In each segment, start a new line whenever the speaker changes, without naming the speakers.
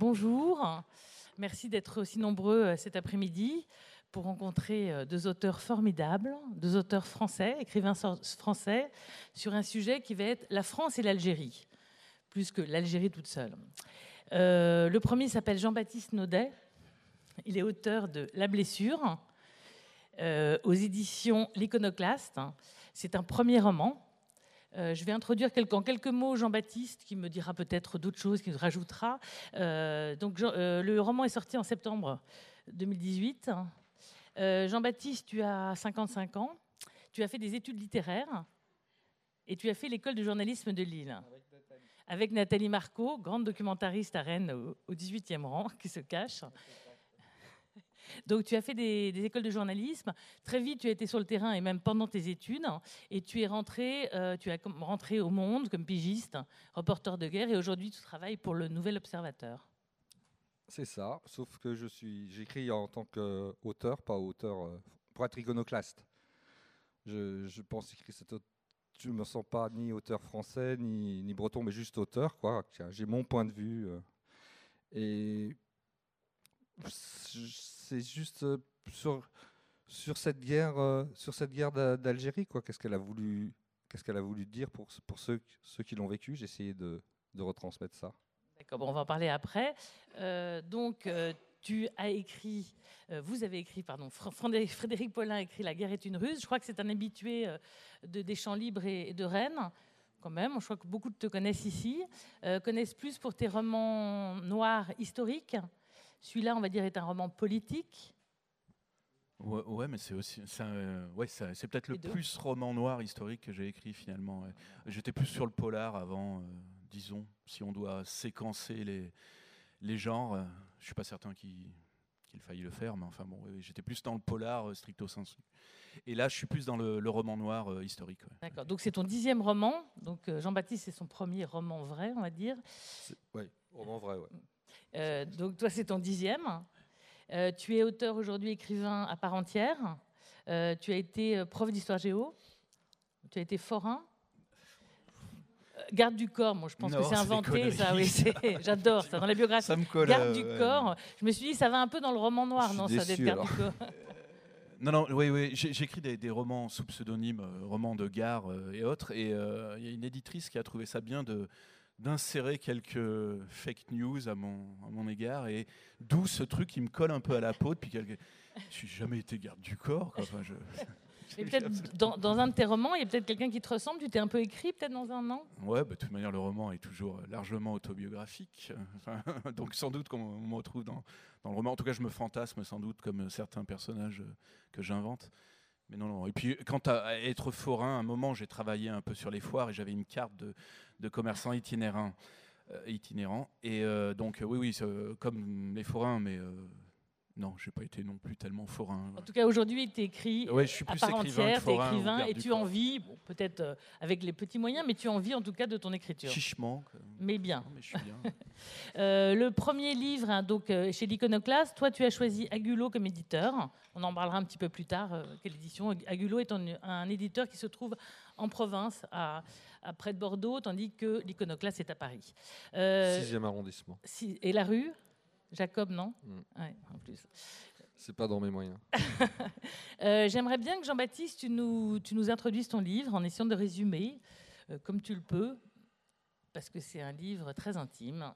Bonjour, merci d'être aussi nombreux cet après-midi pour rencontrer deux auteurs formidables, deux auteurs français, écrivains français, sur un sujet qui va être la France et l'Algérie, plus que l'Algérie toute seule. Le premier s'appelle Jean-Baptiste Naudet, il est auteur de La blessure, aux éditions L'Iconoclaste. C'est un premier roman. Je vais introduire en quelques mots Jean-Baptiste, qui me dira peut-être d'autres choses, qui nous rajoutera. Le roman est sorti en septembre 2018. Jean-Baptiste, tu as 55 ans, tu as fait des études littéraires et tu as fait l'école de journalisme de Lille. Avec Nathalie Marco, grande documentariste à Rennes au 18e rang, qui se cache. Donc tu as fait des écoles de journalisme. Très vite, tu as été sur le terrain et même pendant tes études. Et tu es rentré au Monde comme pigiste, reporter de guerre. Et aujourd'hui, tu travailles pour le Nouvel Observateur.
C'est ça, sauf que j'écris en tant qu'auteur, pas auteur, pour être iconoclaste. Je pense écrire je me sens pas ni auteur français, ni breton, mais juste auteur, quoi. J'ai mon point de vue. Et c'est juste sur cette guerre d'Algérie, quoi. Qu'est-ce qu'elle a voulu dire pour ceux qui l'ont vécu. J'ai essayé de retransmettre ça.
D'accord, bon, on va en parler après. Tu as écrit, Frédéric Paulin a écrit La guerre est une ruse. Je crois que c'est un habitué des Champs libres et de Rennes, quand même. Je crois que beaucoup te connaissent ici, connaissent plus pour tes romans noirs historiques. Celui-là, on va dire, est un roman politique.
Ouais, mais c'est aussi, c'est peut-être le plus roman noir historique que j'ai écrit finalement. Ouais. J'étais plus sur le polar avant, disons, si on doit séquencer les genres. Je suis pas certain qu'il faille le faire, mais enfin bon, j'étais plus dans le polar stricto sensu. Et là, je suis plus dans le roman noir historique. Ouais.
D'accord. Donc c'est ton 10e roman. Donc Jean-Baptiste, c'est son premier roman vrai, on va dire.
Oui, roman vrai, ouais.
Donc toi, c'est ton 10e. Tu es auteur aujourd'hui, écrivain à part entière. Tu as été prof d'histoire géo. Tu as été forain. Garde du corps, moi je pense que c'est inventé, ça. Oui, j'adore ça dans la biographie.
Ça me colle,
garde du corps. Je me suis dit, ça va un peu dans le roman noir, non, ça d'être garde du corps.
Non, oui, j'écris des romans sous pseudonyme, romans de gare et autres. Et il y a une éditrice qui a trouvé ça bien d'insérer quelques fake news à mon égard, et d'où ce truc qui me colle un peu à la peau depuis quelques... Je n'ai jamais été garde du corps, quoi. Enfin,
mais peut-être dans un de tes romans, il y a peut-être quelqu'un qui te ressemble. Tu t'es un peu écrit peut-être dans un an.
Ouais, de toute manière, le roman est toujours largement autobiographique. Enfin, donc sans doute qu'on me retrouve dans le roman. En tout cas, je me fantasme sans doute comme certains personnages que j'invente. Mais non. Et puis, quant à être forain, à un moment, j'ai travaillé un peu sur les foires et j'avais une carte de commerçant itinérant. Et donc, oui, comme les forains, mais non, je n'ai pas été non plus tellement forain.
En tout cas, aujourd'hui, tu écris
je suis plus
à part entière, tu es écrivain et tu en
corps.
vis, bon, peut-être avec les petits moyens, mais tu en vis en tout cas de ton écriture.
Chichement.
Mais bien.
Non, mais je suis bien.
Le premier livre, chez l'Iconoclaste, toi, tu as choisi Agulot comme éditeur. On en parlera un petit peu plus tard, quelle édition. Agulot est un éditeur qui se trouve en province, près de Bordeaux, tandis que l'Iconoclaste est à Paris.
6e arrondissement.
Et la rue Jacob, non ouais, en plus.
C'est pas dans mes moyens.
J'aimerais bien que Jean-Baptiste, tu nous introduises ton livre en essayant de résumer, comme tu le peux, parce que c'est un livre très intime.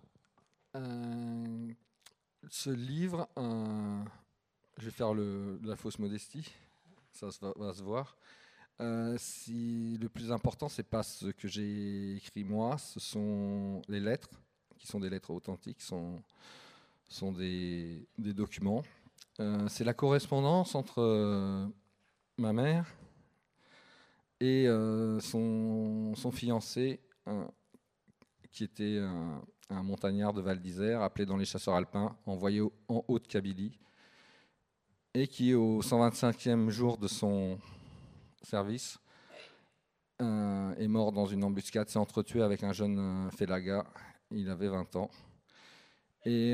Ce livre, je vais faire de la fausse modestie, ça va se voir. Le plus important, c'est pas ce que j'ai écrit moi, ce sont les lettres, qui sont des lettres authentiques, sont des documents. C'est la correspondance entre ma mère et son fiancé, qui était un montagnard de Val d'Isère, appelé dans les chasseurs alpins, envoyé en Haute-Kabylie, et qui, au 125e jour de son service, est mort dans une embuscade, s'est entretué avec un jeune félaga. Il avait 20 ans. Et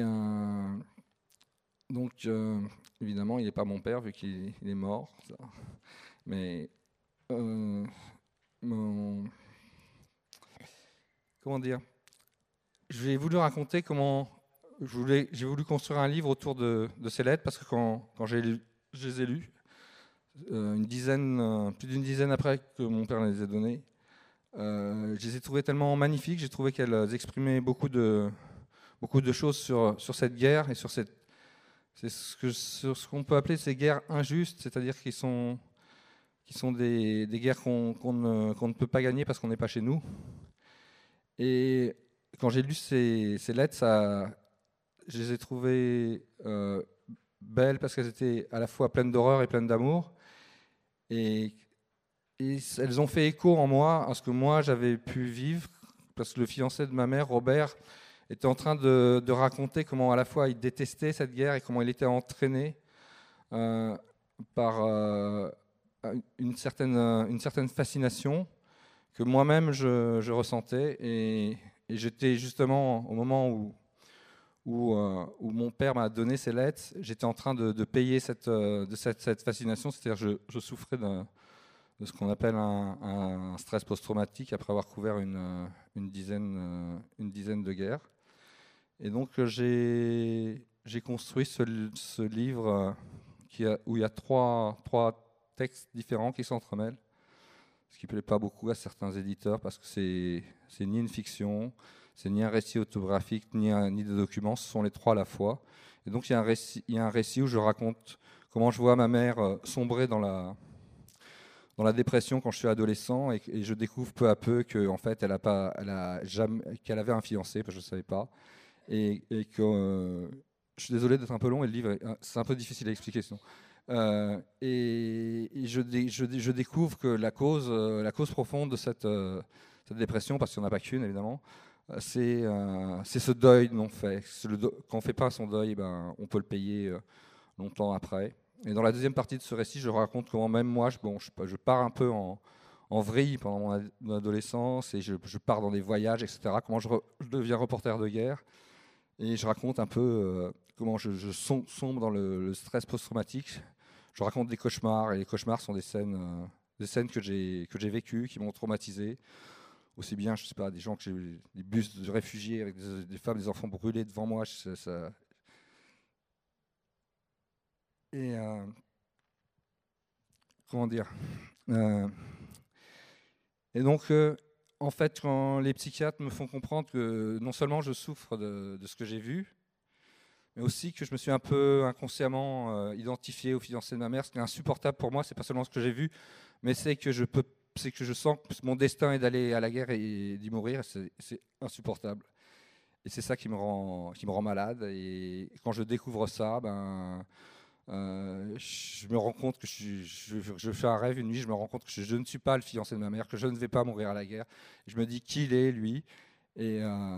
donc, évidemment, il n'est pas mon père, vu qu'il est mort. Mais comment dire ? J'ai voulu raconter comment j'ai voulu construire un livre autour de ces lettres parce que quand je les ai lues, plus d'une dizaine après que mon père les ait données, je les ai trouvées tellement magnifiques. J'ai trouvé qu'elles exprimaient beaucoup de choses sur cette guerre et sur ce qu'on peut appeler ces guerres injustes, c'est-à-dire qui sont des guerres qu'on ne peut pas gagner parce qu'on n'est pas chez nous. Et quand j'ai lu ces lettres, je les ai trouvées belles parce qu'elles étaient à la fois pleines d'horreur et pleines d'amour. Et elles ont fait écho en moi à ce que moi j'avais pu vivre, parce que le fiancé de ma mère, Robert, était en train de raconter comment à la fois il détestait cette guerre et comment il était entraîné par une certaine fascination que moi-même je ressentais. Et j'étais justement, au moment où mon père m'a donné ces lettres, j'étais en train de payer cette fascination, c'est-à-dire je souffrais de ce qu'on appelle un stress post-traumatique après avoir couvert une dizaine de guerres. Et donc j'ai construit ce livre où il y a trois textes différents qui s'entremêlent, ce qui ne plaît pas beaucoup à certains éditeurs parce que c'est ni une fiction, c'est ni un récit autobiographique, ni des documents, ce sont les trois à la fois. Et donc il y a un récit où je raconte comment je vois ma mère sombrer dans la dépression quand je suis adolescent, et je découvre peu à peu qu'en fait qu'elle avait un fiancé, parce que je ne savais pas, et que je suis désolé d'être un peu long, et le livre c'est un peu difficile à expliquer sinon. Et je découvre que la cause profonde de cette dépression, parce qu'il n'y en a pas qu'une évidemment, c'est ce deuil non fait. Quand on ne fait pas son deuil, on peut le payer longtemps après. Et dans la deuxième partie de ce récit, je raconte comment même moi, je pars un peu en vrille pendant mon adolescence, et je pars dans des voyages, etc. Comment je deviens reporter de guerre. Et je raconte un peu comment je sombre dans le stress post-traumatique. Je raconte des cauchemars, et les cauchemars sont des scènes que j'ai vécues, qui m'ont traumatisé. Aussi bien, je sais pas, des bus de réfugiés avec des femmes, des enfants brûlés devant moi. Et comment dire Et donc, en fait, quand les psychiatres me font comprendre que non seulement je souffre de ce que j'ai vu, mais aussi que je me suis un peu inconsciemment identifié au fiancé de ma mère. Ce qui est insupportable pour moi, c'est pas seulement ce que j'ai vu, mais c'est que je sens que mon destin est d'aller à la guerre et d'y mourir. C'est insupportable. Et c'est ça qui me rend malade. Et quand je découvre ça, je me rends compte que je fais un rêve une nuit, je me rends compte que je ne suis pas le fiancé de ma mère, que je ne vais pas mourir à la guerre. Je me dis qui il est, lui. Et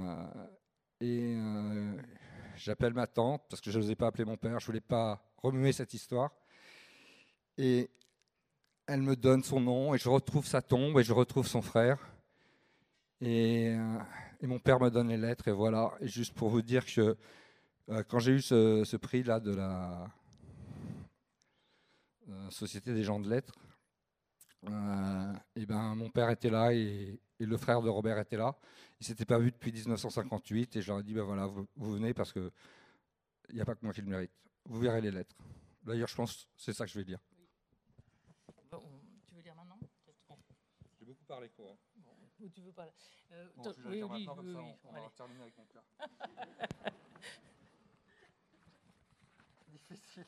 j'appelle ma tante, parce que je n'osais pas appeler mon père, je ne voulais pas remuer cette histoire. Et elle me donne son nom, et je retrouve sa tombe, et je retrouve son frère. Et mon père me donne les lettres, et voilà. Et juste pour vous dire que quand j'ai eu ce prix-là de la Société des gens de lettres, mon père était là, et le frère de Robert était là. Ils ne s'étaient pas vus depuis 1958, et je leur ai dit, voilà, vous venez parce qu'il n'y a pas que moi qui le mérite. Vous verrez les lettres. D'ailleurs, je pense que c'est ça que je vais lire.
Bon, tu veux lire maintenant?
J'ai beaucoup parlé, quoi.
Bon, ou tu veux pas
je vais lire maintenant, comme ça, on va terminer avec mon père. Difficile.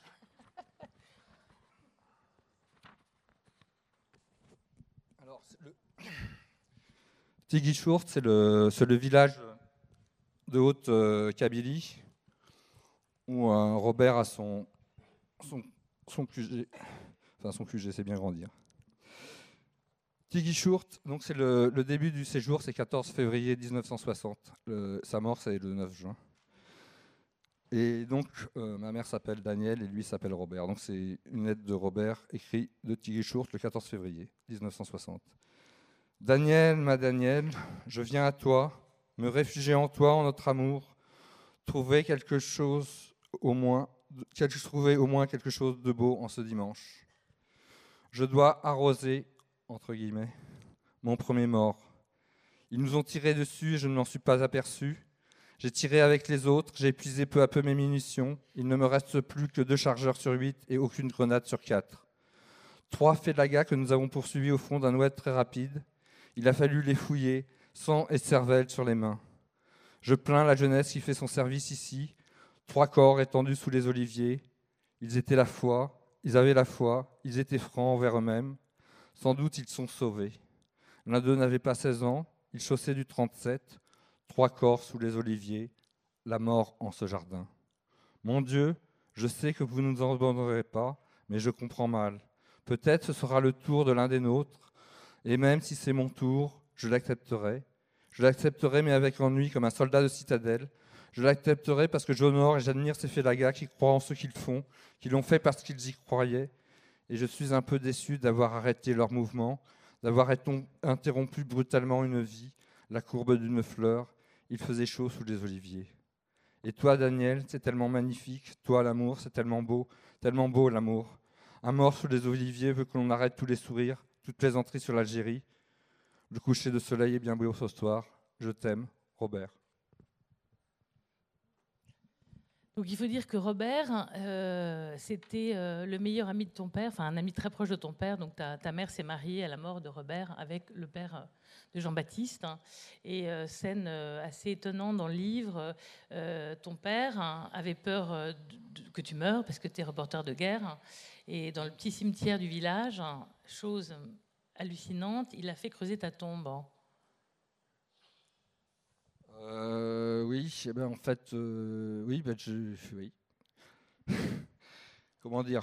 Alors, Tigui-Chourt, c'est le village de Haute-Kabylie où Robert a son QG. Enfin, son QG, c'est bien grand dire. Tigui-Chourt, donc c'est le début du séjour, c'est 14 février 1960. Sa mort, c'est le 9 juin. Et donc, ma mère s'appelle Daniel et lui s'appelle Robert. Donc, c'est une lettre de Robert écrite de Tigui-Chourt le 14 février 1960. Daniel, ma Daniel, je viens à toi, me réfugier en toi, en notre amour, trouver au moins quelque chose de beau en ce dimanche. Je dois arroser, entre guillemets, mon premier mort. Ils nous ont tiré dessus et je ne m'en suis pas aperçu. J'ai tiré avec les autres, j'ai épuisé peu à peu mes munitions. Il ne me reste plus que 2 chargeurs sur 8 et aucune grenade sur 4. 3 félagas que nous avons poursuivis au fond d'un oued très rapide. Il a fallu les fouiller, sang et cervelle sur les mains. Je plains la jeunesse qui fait son service ici. 3 corps étendus sous les oliviers. Ils avaient la foi, ils étaient francs envers eux-mêmes. Sans doute ils sont sauvés. L'un d'eux n'avait pas 16 ans, il chaussait du 37. 3 corps sous les oliviers, la mort en ce jardin. Mon Dieu, je sais que vous ne nous en abandonnerez pas, mais je comprends mal. Peut-être ce sera le tour de l'un des nôtres, et même si c'est mon tour, je l'accepterai. Je l'accepterai, mais avec ennui, comme un soldat de citadelle. Je l'accepterai parce que j'honore et j'admire ces félagas qui croient en ce qu'ils font, qui l'ont fait parce qu'ils y croyaient. Et je suis un peu déçu d'avoir arrêté leur mouvement, d'avoir interrompu brutalement une vie, la courbe d'une fleur. Il faisait chaud sous les oliviers. Et toi, Daniel, c'est tellement magnifique. Toi, l'amour, c'est tellement beau l'amour. Un mort sous les oliviers veut que l'on arrête tous les sourires, toute plaisanterie sur l'Algérie. Le coucher de soleil est bien beau ce soir. Je t'aime, Robert.
Donc il faut dire que Robert, c'était le meilleur ami de ton père, enfin un ami très proche de ton père. Donc ta mère s'est mariée à la mort de Robert avec le père de Jean-Baptiste. Et scène assez étonnante dans le livre, ton père avait peur que tu meurs parce que tu es reporter de guerre. Et dans le petit cimetière du village, chose hallucinante, il a fait creuser ta tombe.
Oui, eh ben, en fait, oui, ben, oui. Comment dire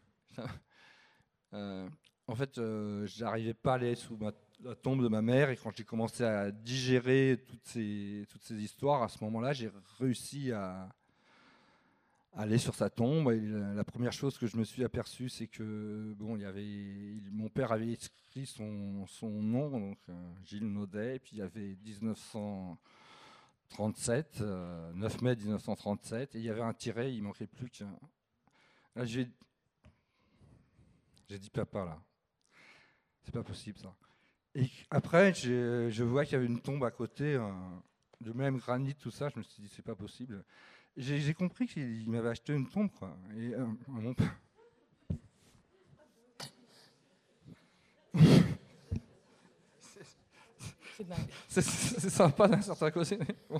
En fait, je n'arrivais pas à aller sous la tombe de ma mère, et quand j'ai commencé à digérer toutes ces histoires, à ce moment-là, j'ai réussi à aller sur sa tombe. Et la première chose que je me suis aperçu, c'est que bon, mon père avait écrit son nom, donc Gilles Naudet, et puis il y avait 1937, 9 mai 1937, et il y avait un tiret, il manquait plus qu'un. Là, j'ai dit papa, là. C'est pas possible, ça. Et après, je vois qu'il y avait une tombe à côté, de même granit, tout ça. Je me suis dit, c'est pas possible. J'ai compris qu'il m'avait acheté une tombe, quoi. Et mon père. C'est sympa d'un certain côté. Bon.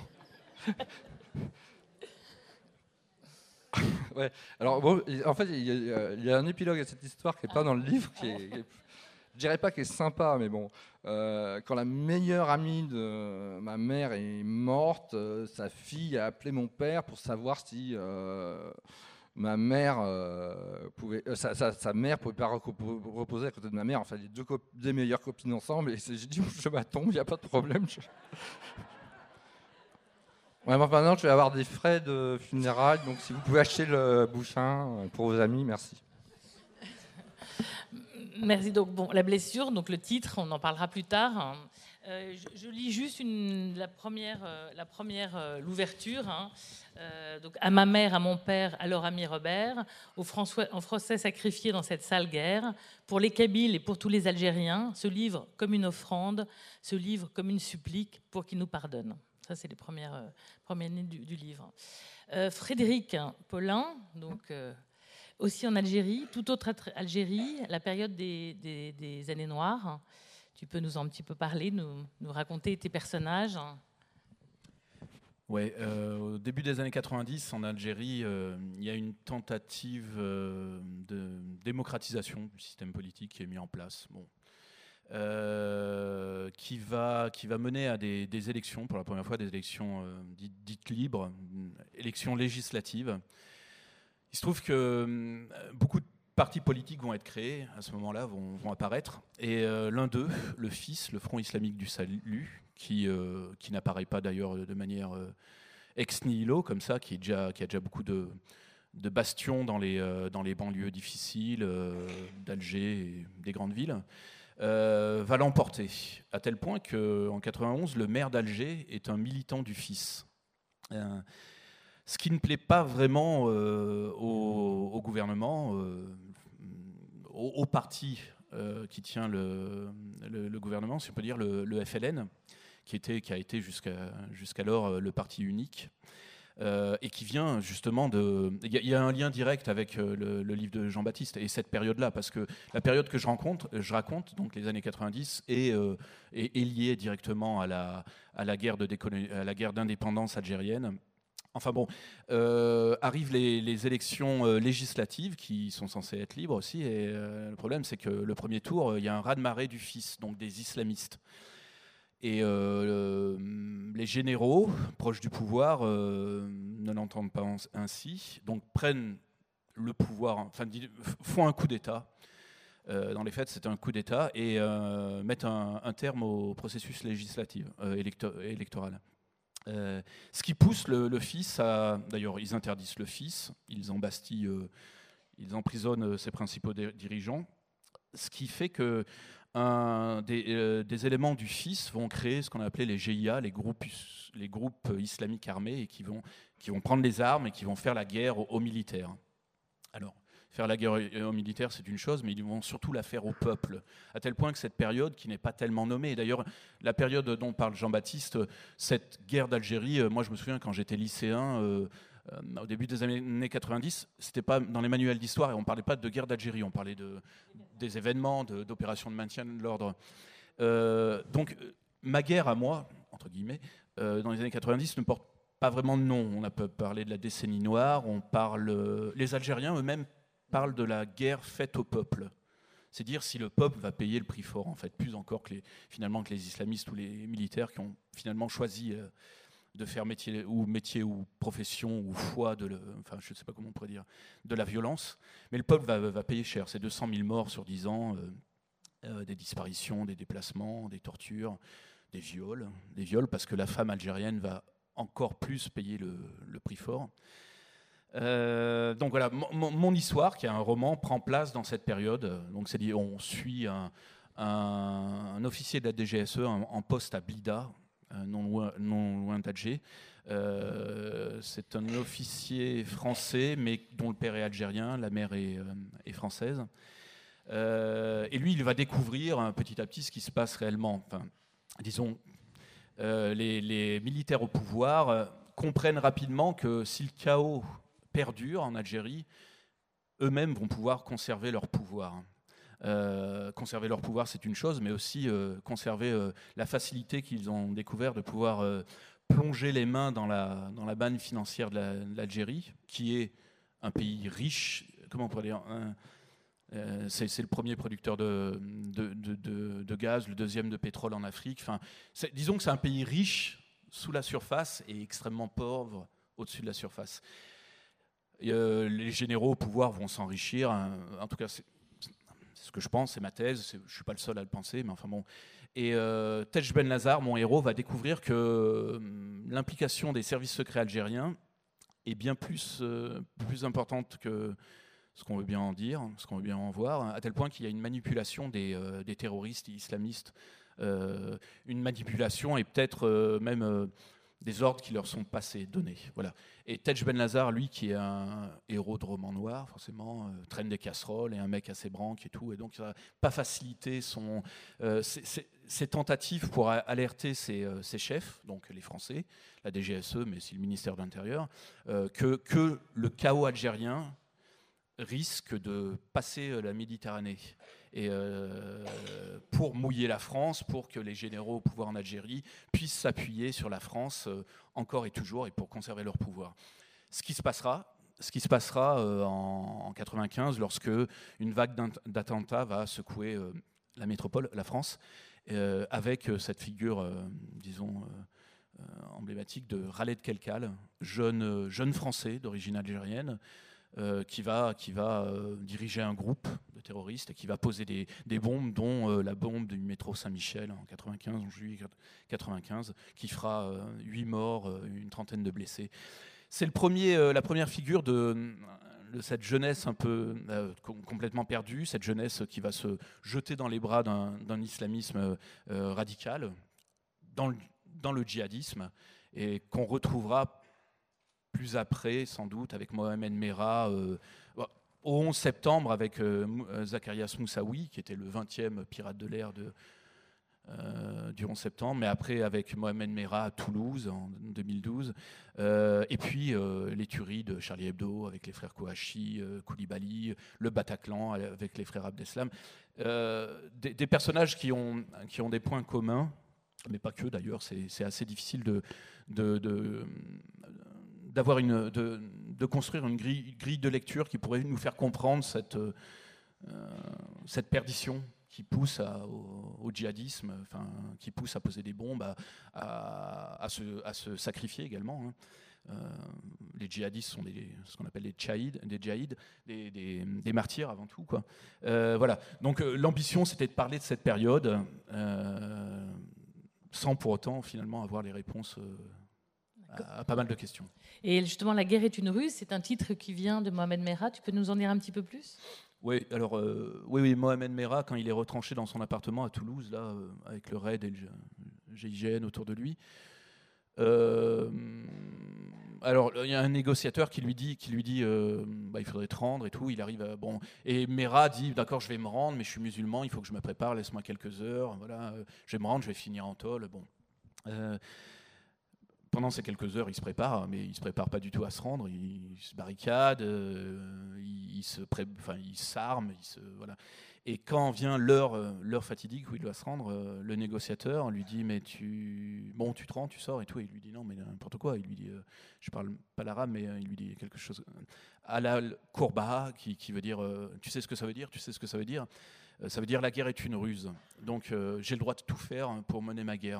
Ouais. Alors, bon, en fait, il y a un épilogue à cette histoire qui n'est pas dans le livre, je dirais pas qu'elle est sympa, mais bon, quand la meilleure amie de ma mère est morte, sa fille a appelé mon père pour savoir si ma mère sa mère pouvait pas reposer à côté de ma mère. Enfin, les deux meilleures copines ensemble. Et j'ai dit, je m'attends, il n'y a pas de problème. Ouais, maintenant, je vais avoir des frais de funérailles, donc si vous pouvez acheter le bouquin pour vos amis, merci.
Merci. Donc, bon, la blessure, donc le titre, on en parlera plus tard. Je lis juste l'ouverture. Donc, à ma mère, à mon père, à leur ami Robert, aux Français sacrifiés dans cette sale guerre, pour les Kabyles et pour tous les Algériens, ce livre comme une offrande, ce livre comme une supplique pour qu'ils nous pardonnent. Ça, c'est les premières lignes du livre. Frédéric Paulin, donc aussi en Algérie, toute autre Algérie, la période des années noires. Tu peux nous en un petit peu parler, nous raconter tes personnages?
Ouais, au début des années 90, en Algérie, il y a une tentative de démocratisation du système politique qui est mis en place. Bon. Qui va mener à des élections, pour la première fois des élections dites libres, élections législatives. Il se trouve que beaucoup de partis politiques vont être créés à ce moment-là, vont apparaître, et l'un d'eux, le FIS, le Front islamique du salut, qui n'apparaît pas d'ailleurs de manière ex nihilo comme ça, qui a déjà beaucoup de bastions dans les banlieues difficiles d'Alger et des grandes villes, va l'emporter, à tel point qu'en 91, le maire d'Alger est un militant du FIS. Ce qui ne plaît pas vraiment au gouvernement, au parti qui tient le gouvernement, si on peut dire le FLN, qui a été jusqu'alors le parti unique. Et qui vient justement de... Il y a un lien direct avec le livre de Jean-Baptiste et cette période-là, parce que la période que je raconte, donc les années 90, est liée directement à la guerre d'indépendance algérienne. Enfin bon, arrivent les élections législatives qui sont censées être libres aussi, et le problème c'est que le premier tour, il y a un raz-de-marée du FIS, donc des islamistes. Et les généraux, proches du pouvoir, ne l'entendent pas ainsi, donc prennent le pouvoir, enfin font un coup d'État. Dans les faits, c'est un coup d'État et mettent un terme au processus législatif électoral. Ce qui pousse le FIS à... D'ailleurs, ils interdisent le FIS, ils embastillent, ils emprisonnent ses principaux dirigeants, ce qui fait que des éléments du FIS vont créer ce qu'on a appelé les GIA, les groupes islamiques armés, et qui vont prendre les armes et qui vont faire la guerre aux militaires. Alors, faire la guerre aux militaires, c'est une chose, mais ils vont surtout la faire au peuple, à tel point que cette période, qui n'est pas tellement nommée, d'ailleurs, la période dont parle Jean-Baptiste, cette guerre d'Algérie, moi je me souviens quand j'étais lycéen, au début des années 90, c'était pas dans les manuels d'histoire et on ne parlait pas de guerre d'Algérie, on parlait des événements, d'opérations de maintien de l'ordre. Donc ma guerre à moi, entre guillemets, dans les années 90 ne porte pas vraiment de nom. On a parlé de la décennie noire, les Algériens eux-mêmes parlent de la guerre faite au peuple. C'est dire si le peuple va payer le prix fort, en fait, plus encore que les islamistes ou les militaires qui ont finalement choisi de faire métier ou profession ou foi enfin je ne sais pas comment on pourrait dire, de la violence, mais le peuple va payer cher. C'est 200 000 morts sur 10 ans, des disparitions, des déplacements, des tortures, des viols, parce que la femme algérienne va encore plus payer le prix fort. Donc voilà, mon histoire, qui est un roman, prend place dans cette période. Donc on suit un officier de la DGSE en poste à Blida, non loin d'Alger. C'est un officier français, mais dont le père est algérien, la mère est française. Et lui, il va découvrir petit à petit ce qui se passe réellement. Enfin, disons, les militaires au pouvoir comprennent rapidement que si le chaos perdure en Algérie, eux-mêmes vont pouvoir conserver leur pouvoir. Conserver leur pouvoir, c'est une chose, mais aussi conserver la facilité qu'ils ont découvert de pouvoir plonger les mains dans la manne financière de l'Algérie, qui est un pays riche, comment on pourrait dire, c'est le premier producteur de gaz, le deuxième de pétrole en Afrique. Enfin, disons que c'est un pays riche sous la surface et extrêmement pauvre au-dessus de la surface. Les généraux au pouvoir vont s'enrichir, en tout cas c'est ce que je pense, c'est ma thèse, je ne suis pas le seul à le penser, mais enfin bon. Et Tej Ben Lazar, mon héros, va découvrir que l'implication des services secrets algériens est bien plus importante que ce qu'on veut bien en dire, ce qu'on veut bien en voir, à tel point qu'il y a une manipulation des terroristes islamistes, une manipulation et peut-être même des ordres qui leur sont donnés. Voilà. Et Tej Ben Lazar, lui, qui est un héros de roman noir, forcément, traîne des casseroles et un mec assez branque et tout, et donc il n'a pas facilité ses tentatives pour alerter ses chefs, donc les Français, la DGSE, mais aussi le ministère de l'Intérieur, que le chaos algérien risque de passer la Méditerranée et pour mouiller la France, pour que les généraux au pouvoir en Algérie puissent s'appuyer sur la France encore et toujours et pour conserver leur pouvoir. Ce qui se passera en 95 lorsque une vague d'attentats va secouer la métropole, la France, avec cette figure, disons, emblématique de Khaled Kelkal, jeune Français d'origine algérienne, qui va diriger un groupe de terroristes et qui va poser des bombes, dont la bombe du métro Saint-Michel en juillet 95, qui fera 8 morts, une trentaine de blessés. C'est la première figure de cette jeunesse un peu complètement perdue, cette jeunesse qui va se jeter dans les bras d'un islamisme radical, dans le djihadisme, et qu'on retrouvera plus après, sans doute, avec Mohamed Merah, au 11 septembre, avec Zacharias Moussaoui, qui était le 20e pirate de l'air du 11 septembre, mais après avec Mohamed Merah à Toulouse en 2012, et puis les tueries de Charlie Hebdo avec les frères Kouachi, Koulibaly, le Bataclan avec les frères Abdeslam, des personnages qui ont des points communs, mais pas que d'ailleurs, c'est assez difficile de construire une grille de lecture qui pourrait nous faire comprendre cette perdition qui pousse au djihadisme, qui pousse à poser des bombes, à se sacrifier également. Les djihadistes sont ce qu'on appelle des djahid, des martyrs avant tout, quoi. Voilà. Donc l'ambition, c'était de parler de cette période sans pour autant finalement avoir les réponses à pas mal de questions.
Et justement, La guerre est une ruse, c'est un titre qui vient de Mohamed Merah. Tu peux nous en dire un petit peu plus ?
Oui, alors oui, Mohamed Merah, quand il est retranché dans son appartement à Toulouse, là, avec le RAID et le GIGN autour de lui, alors il y a un négociateur qui lui dit il faudrait te rendre et tout. Il arrive et Merah dit d'accord, je vais me rendre, mais je suis musulman, il faut que je me prépare, laisse-moi quelques heures. Voilà, je vais me rendre, je vais finir en tôle. Bon. Pendant ces quelques heures, il se prépare, mais il ne se prépare pas du tout à se rendre. Il se barricade, il s'arme. Voilà. Et quand vient l'heure fatidique où il doit se rendre, le négociateur lui dit mais tu te rends, tu sors et tout. Et il lui dit non, mais n'importe quoi. Il lui dit je parle pas l'arabe, mais il lui dit quelque chose. Halal Kourba, qui veut dire tu sais ce que ça veut dire, ça veut dire la guerre est une ruse. Donc j'ai le droit de tout faire pour mener ma guerre.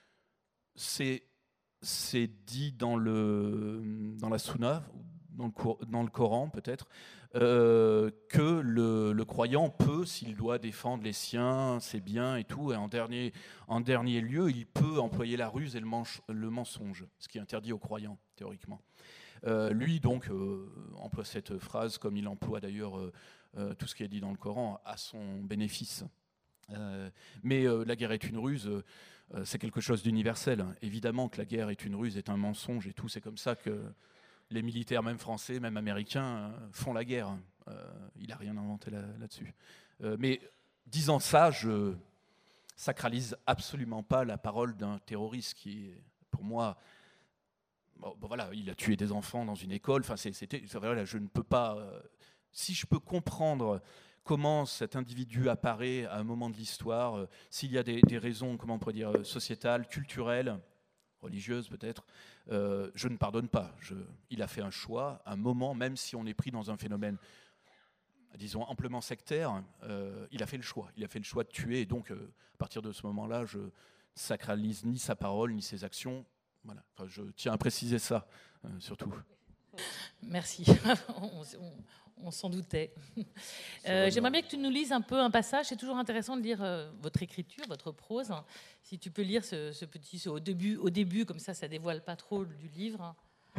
C'est dit dans la Sunna, dans le Coran peut-être, que le croyant peut, s'il doit défendre les siens, ses biens et tout, et en dernier lieu, il peut employer la ruse et le mensonge, ce qui est interdit aux croyants, théoriquement. Lui, donc, emploie cette phrase, comme il emploie d'ailleurs tout ce qui est dit dans le Coran, à son bénéfice. Mais la guerre est une ruse, c'est quelque chose d'universel. Évidemment que la guerre est une ruse, est un mensonge et tout. C'est comme ça que les militaires, même français, même américains, font la guerre. Il n'a rien inventé là-dessus. Mais disant ça, je sacralise absolument pas la parole d'un terroriste qui est, pour moi, voilà, il a tué des enfants dans une école. Enfin, voilà, je ne peux pas. Si je peux comprendre comment cet individu apparaît à un moment de l'histoire, s'il y a des raisons, comment on pourrait dire, sociétales, culturelles, religieuses peut-être, je ne pardonne pas. Il a fait un choix, un moment, même si on est pris dans un phénomène, disons, amplement sectaire, il a fait le choix. Il a fait le choix de tuer, et donc, à partir de ce moment-là, je sacralise ni sa parole, ni ses actions. Voilà. Enfin, je tiens à préciser ça, surtout.
Merci. On s'en doutait. J'aimerais bien que tu nous lises un peu un passage. C'est toujours intéressant de lire votre écriture, votre prose. Si tu peux lire ce petit au début, comme ça dévoile pas trop du livre.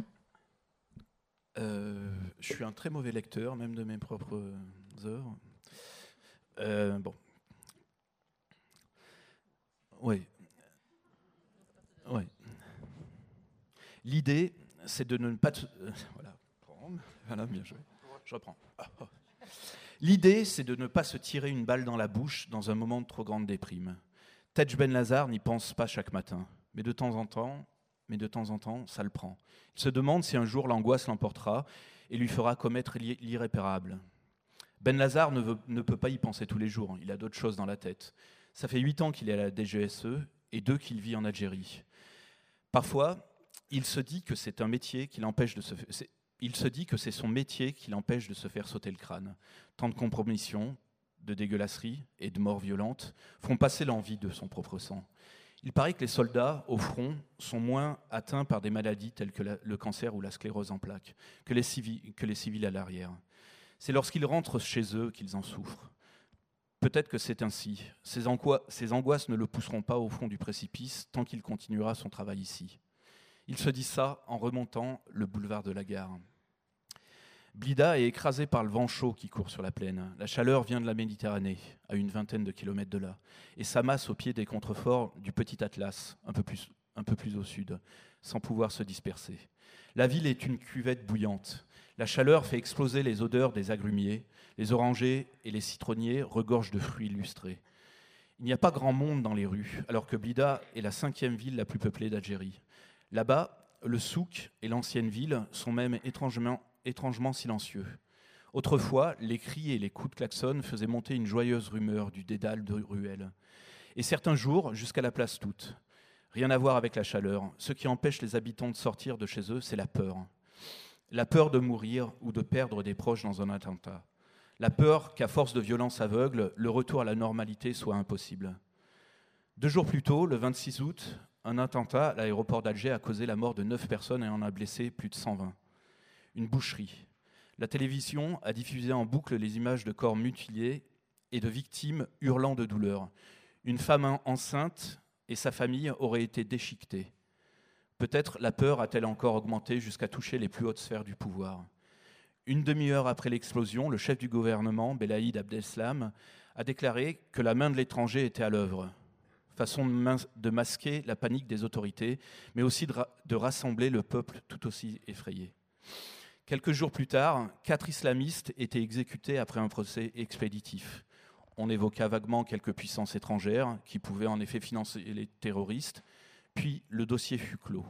Je suis un très mauvais lecteur, même de mes propres œuvres. Bon. Oui. Oui. L'idée, c'est de ne pas... Voilà, bien joué. Je reprends. L'idée, c'est de ne pas se tirer une balle dans la bouche dans un moment de trop grande déprime. Tej Ben-Lazar n'y pense pas chaque matin, mais de temps en temps, ça le prend. Il se demande si un jour l'angoisse l'emportera et lui fera commettre l'irréparable. Ben-Lazar ne peut pas y penser tous les jours, il a d'autres choses dans la tête. Ça fait 8 ans qu'il est à la DGSE et 2 qu'il vit en Algérie. Parfois, il se dit que c'est un métier qui l'empêche de se... Il se dit que c'est son métier qui l'empêche de se faire sauter le crâne. Tant de compromissions, de dégueulasseries et de morts violentes font passer l'envie de son propre sang. Il paraît que les soldats, au front, sont moins atteints par des maladies telles que le cancer ou la sclérose en plaques que les civils à l'arrière. C'est lorsqu'ils rentrent chez eux qu'ils en souffrent. Peut-être que c'est ainsi. Ces angoisses ne le pousseront pas au fond du précipice tant qu'il continuera son travail ici. Il se dit ça en remontant le boulevard de la Gare. Blida est écrasé par le vent chaud qui court sur la plaine. La chaleur vient de la Méditerranée, à une vingtaine de kilomètres de là, et s'amasse au pied des contreforts du Petit Atlas, un peu plus au sud, sans pouvoir se disperser. La ville est une cuvette bouillante. La chaleur fait exploser les odeurs des agrumiers. Les orangers et les citronniers regorgent de fruits illustrés. Il n'y a pas grand monde dans les rues, alors que Blida est la 5e ville la plus peuplée d'Algérie. Là-bas, le souk et l'ancienne ville sont même étrangement silencieux. Autrefois, les cris et les coups de klaxon faisaient monter une joyeuse rumeur du dédale de ruelles. Et certains jours, jusqu'à la place toute. Rien à voir avec la chaleur. Ce qui empêche les habitants de sortir de chez eux, c'est la peur. La peur de mourir ou de perdre des proches dans un attentat. La peur qu'à force de violence aveugle, le retour à la normalité soit impossible. 2 jours plus tôt, le 26 août, un attentat à l'aéroport d'Alger a causé la mort de 9 personnes et en a blessé plus de 120. Une boucherie. La télévision a diffusé en boucle les images de corps mutilés et de victimes hurlant de douleur. Une femme enceinte et sa famille auraient été déchiquetées. Peut-être la peur a-t-elle encore augmenté jusqu'à toucher les plus hautes sphères du pouvoir. Une demi-heure après l'explosion, le chef du gouvernement, Belaïd Abdeslam, a déclaré que la main de l'étranger était à l'œuvre. Façon de masquer la panique des autorités, mais aussi de rassembler le peuple tout aussi effrayé. Quelques jours plus tard, 4 islamistes étaient exécutés après un procès expéditif. On évoqua vaguement quelques puissances étrangères qui pouvaient en effet financer les terroristes, puis le dossier fut clos.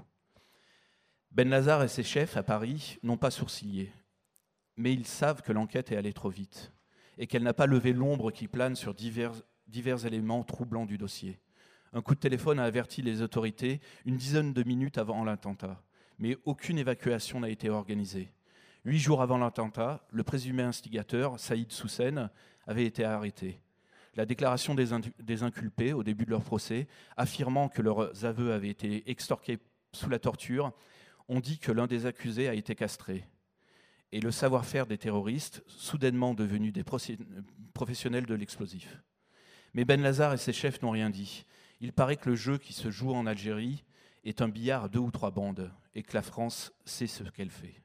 Benlazar et ses chefs à Paris n'ont pas sourcillé, mais ils savent que l'enquête est allée trop vite et qu'elle n'a pas levé l'ombre qui plane sur divers éléments troublants du dossier. Un coup de téléphone a averti les autorités une dizaine de minutes avant l'attentat, mais aucune évacuation n'a été organisée. 8 jours avant l'attentat, le présumé instigateur, Saïd Soussen, avait été arrêté. La déclaration des inculpés au début de leur procès, affirmant que leurs aveux avaient été extorqués sous la torture, ont dit que l'un des accusés a été castré. Et le savoir-faire des terroristes, soudainement devenus des professionnels de l'explosif. Mais Benlazar et ses chefs n'ont rien dit. Il paraît que le jeu qui se joue en Algérie est un billard à 2 ou 3 bandes et que la France sait ce qu'elle fait.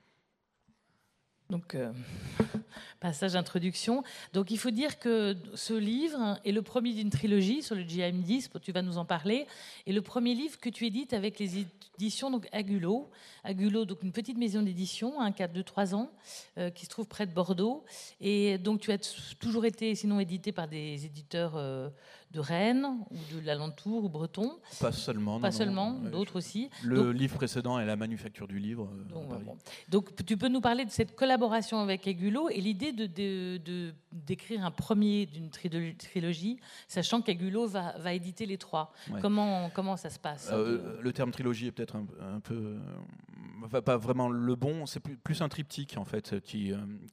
Donc, passage introduction. Donc, il faut dire que ce livre est le premier d'une trilogie sur le djihadisme, tu vas nous en parler, et le premier livre que tu édites avec les éditions donc Agulot. Agulot, donc une petite maison d'édition, un cadre de 3 ans, qui se trouve près de Bordeaux. Et donc, tu as toujours été, sinon, édité par des éditeurs de Rennes, ou de l'alentour, ou breton.
Pas seulement.
Pas seulement, d'autres aussi.
Le livre précédent est La Manufacture du livre.
Donc, tu peux nous parler de cette collaboration avec Agulot et l'idée d'écrire un premier d'une trilogie, sachant qu'Agulot va éditer les 3. Ouais. Comment ça se passe
Le terme trilogie est peut-être un peu... pas vraiment le bon, c'est plus un triptyque en fait, qui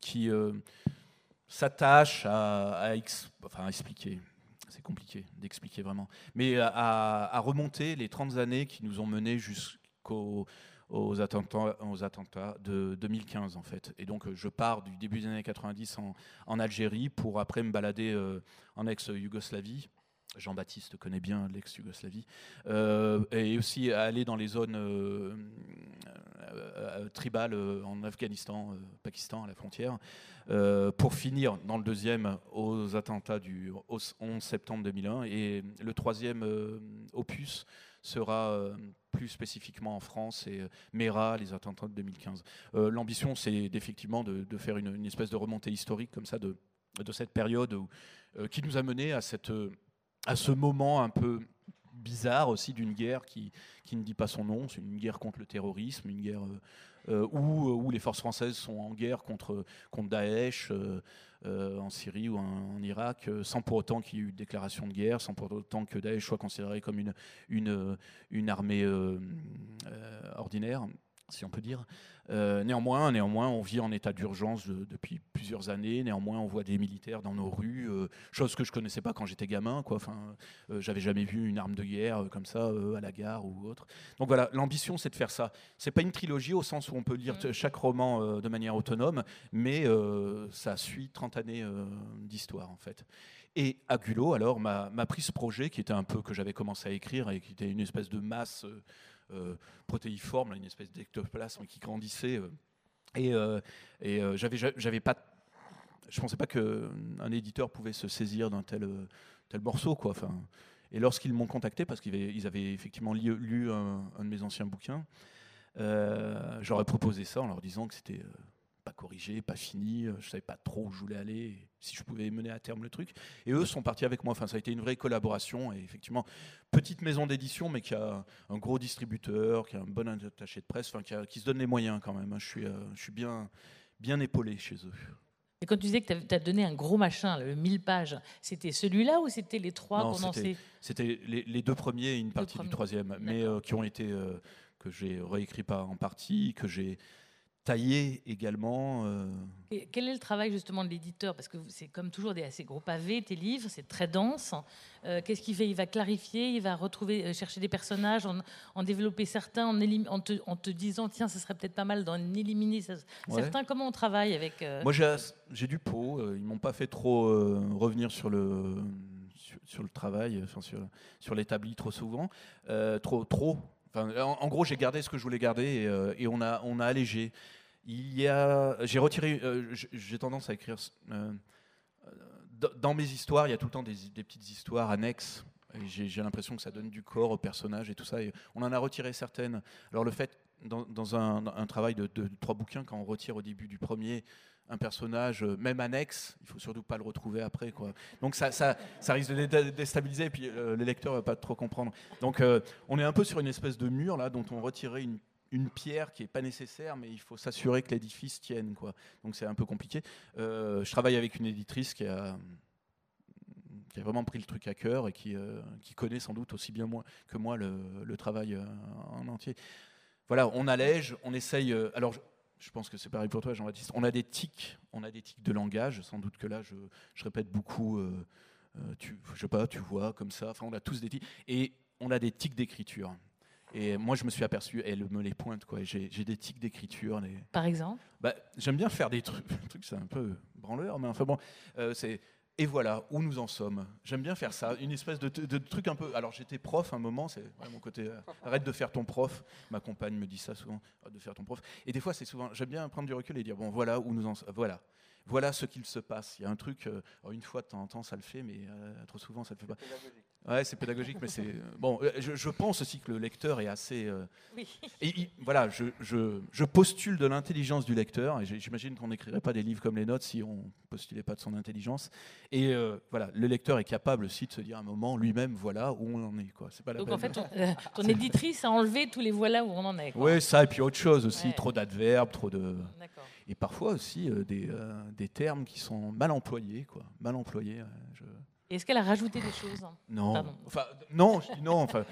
s'attache à expliquer. C'est compliqué d'expliquer vraiment. Mais à remonter les 30 années qui nous ont menés jusqu'aux attentats de 2015 en fait. Et donc je pars du début des années 90 en Algérie pour après me balader en ex-Yougoslavie. Jean-Baptiste connaît bien l'ex-Yougoslavie. Et aussi aller dans les zones tribales en Afghanistan, Pakistan, à la frontière, pour finir dans le deuxième aux attentats du 11 septembre 2001. Et le 3e opus sera plus spécifiquement en France et Mera, les attentats de 2015. L'ambition, c'est effectivement de faire une espèce de remontée historique comme ça de cette période qui nous a menés à ce moment un peu bizarre aussi d'une guerre qui ne dit pas son nom. C'est une guerre contre le terrorisme, une guerre où les forces françaises sont en guerre contre Daesh en Syrie ou en Irak, sans pour autant qu'il y ait eu de déclaration de guerre, sans pour autant que Daesh soit considéré comme une armée ordinaire, si on peut dire. Néanmoins, on vit en état d'urgence depuis plusieurs années. Néanmoins, on voit des militaires dans nos rues, chose que je connaissais pas quand j'étais gamin, quoi. Enfin, j'avais jamais vu une arme de guerre comme ça à la gare ou autre. Donc voilà, l'ambition, c'est de faire ça. C'est pas une trilogie au sens où on peut lire chaque roman de manière autonome, mais ça suit 30 années d'histoire en fait. Et Agulot, alors, m'a pris ce projet qui était un peu que j'avais commencé à écrire et qui était une espèce de masse protéiforme, une espèce d'ectoplasme qui grandissait. J'avais pas, je pensais pas qu'un éditeur pouvait se saisir d'un tel morceau, quoi. Enfin, et lorsqu'ils m'ont contacté, parce qu'ils avaient effectivement lu un de mes anciens bouquins, j'aurais proposé ça en leur disant que c'était pas corrigé, pas fini, je savais pas trop où je voulais aller, si je pouvais mener à terme le truc. Et eux sont partis avec moi. Enfin, ça a été une vraie collaboration. Et effectivement, petite maison d'édition, mais qui a un gros distributeur, qui a un bon attaché de presse, qui se donne les moyens quand même. Je suis bien épaulé chez eux.
Et quand tu disais que tu as donné un gros machin, le 1000 pages, c'était celui-là ou c'était les 3
Non,
condensés?
c'était les 2 premiers et une partie du 3e, mais qui ont été que j'ai réécrit en partie, que j'ai taillé également.
Et quel est le travail justement de l'éditeur? Parce que c'est comme toujours des assez gros pavés, tes livres, c'est très dense. Qu'est-ce qu'il fait? Il va clarifier, il va retrouver, chercher des personnages, en développer certains, en te disant tiens, ce serait peut-être pas mal d'en éliminer certains. Comment on travaille avec
Moi, j'ai du pot. Ils m'ont pas fait trop revenir sur le travail, enfin, sur l'établi trop souvent, trop. Enfin, en gros, j'ai gardé ce que je voulais garder et on a allégé. J'ai retiré. J'ai tendance à écrire dans mes histoires. Il y a tout le temps des petites histoires annexes. Et j'ai l'impression que ça donne du corps au personnage et tout ça. Et on en a retiré certaines. Alors le fait dans un travail de 3 bouquins, quand on retire au début du premier un personnage, même annexe, il faut surtout pas le retrouver après, quoi. Donc ça risque de déstabiliser et puis le lecteur va pas trop comprendre. Donc on est un peu sur une espèce de mur là dont on retirait une pierre qui est pas nécessaire, mais il faut s'assurer que l'édifice tienne, quoi. Donc c'est un peu compliqué. Je travaille avec une éditrice qui a vraiment pris le truc à cœur et qui connaît sans doute aussi bien que moi le travail en entier. Voilà, on allège, on essaye. Alors je pense que c'est pareil pour toi, Jean-Baptiste. On a des tics de langage. Sans doute que là, je répète beaucoup. Je sais pas, tu vois, comme ça. Enfin, on a tous des tics. Et on a des tics d'écriture. Et moi, je me suis aperçu, elle me les pointe, quoi. J'ai des tics d'écriture.
Par exemple?
J'aime bien faire des trucs. C'est un peu branleur, mais enfin bon, c'est. Et voilà, où nous en sommes. J'aime bien faire ça, une espèce de truc un peu... Alors j'étais prof un moment, c'est mon côté... arrête de faire ton prof. Ma compagne me dit ça souvent, arrête de faire ton prof. Et des fois, c'est souvent... J'aime bien prendre du recul et dire, bon, voilà où nous en sommes. Voilà ce qu'il se passe. Il y a un truc, une fois de temps en temps, ça le fait, mais trop souvent, ça ne le fait pas. Ouais, c'est pédagogique, mais c'est... Bon, je pense aussi que le lecteur est assez...
Oui.
Et voilà, je postule de l'intelligence du lecteur, et j'imagine qu'on n'écrirait pas des livres comme les nôtres si on postulait pas de son intelligence. Et voilà, le lecteur est capable aussi de se dire à un moment, lui-même, voilà où on en est, quoi. C'est pas la
Donc
peine.
en fait, ton éditrice a enlevé tous les voilà où on en est, quoi.
Oui, ça, et puis autre chose aussi,
Ouais.
trop d'adverbes, trop de...
D'accord.
Et parfois aussi des termes qui sont mal employés, quoi. Mal employés.
Est-ce qu'elle a rajouté des choses?
Non.
Pardon.
Enfin, non, je dis non. Enfin,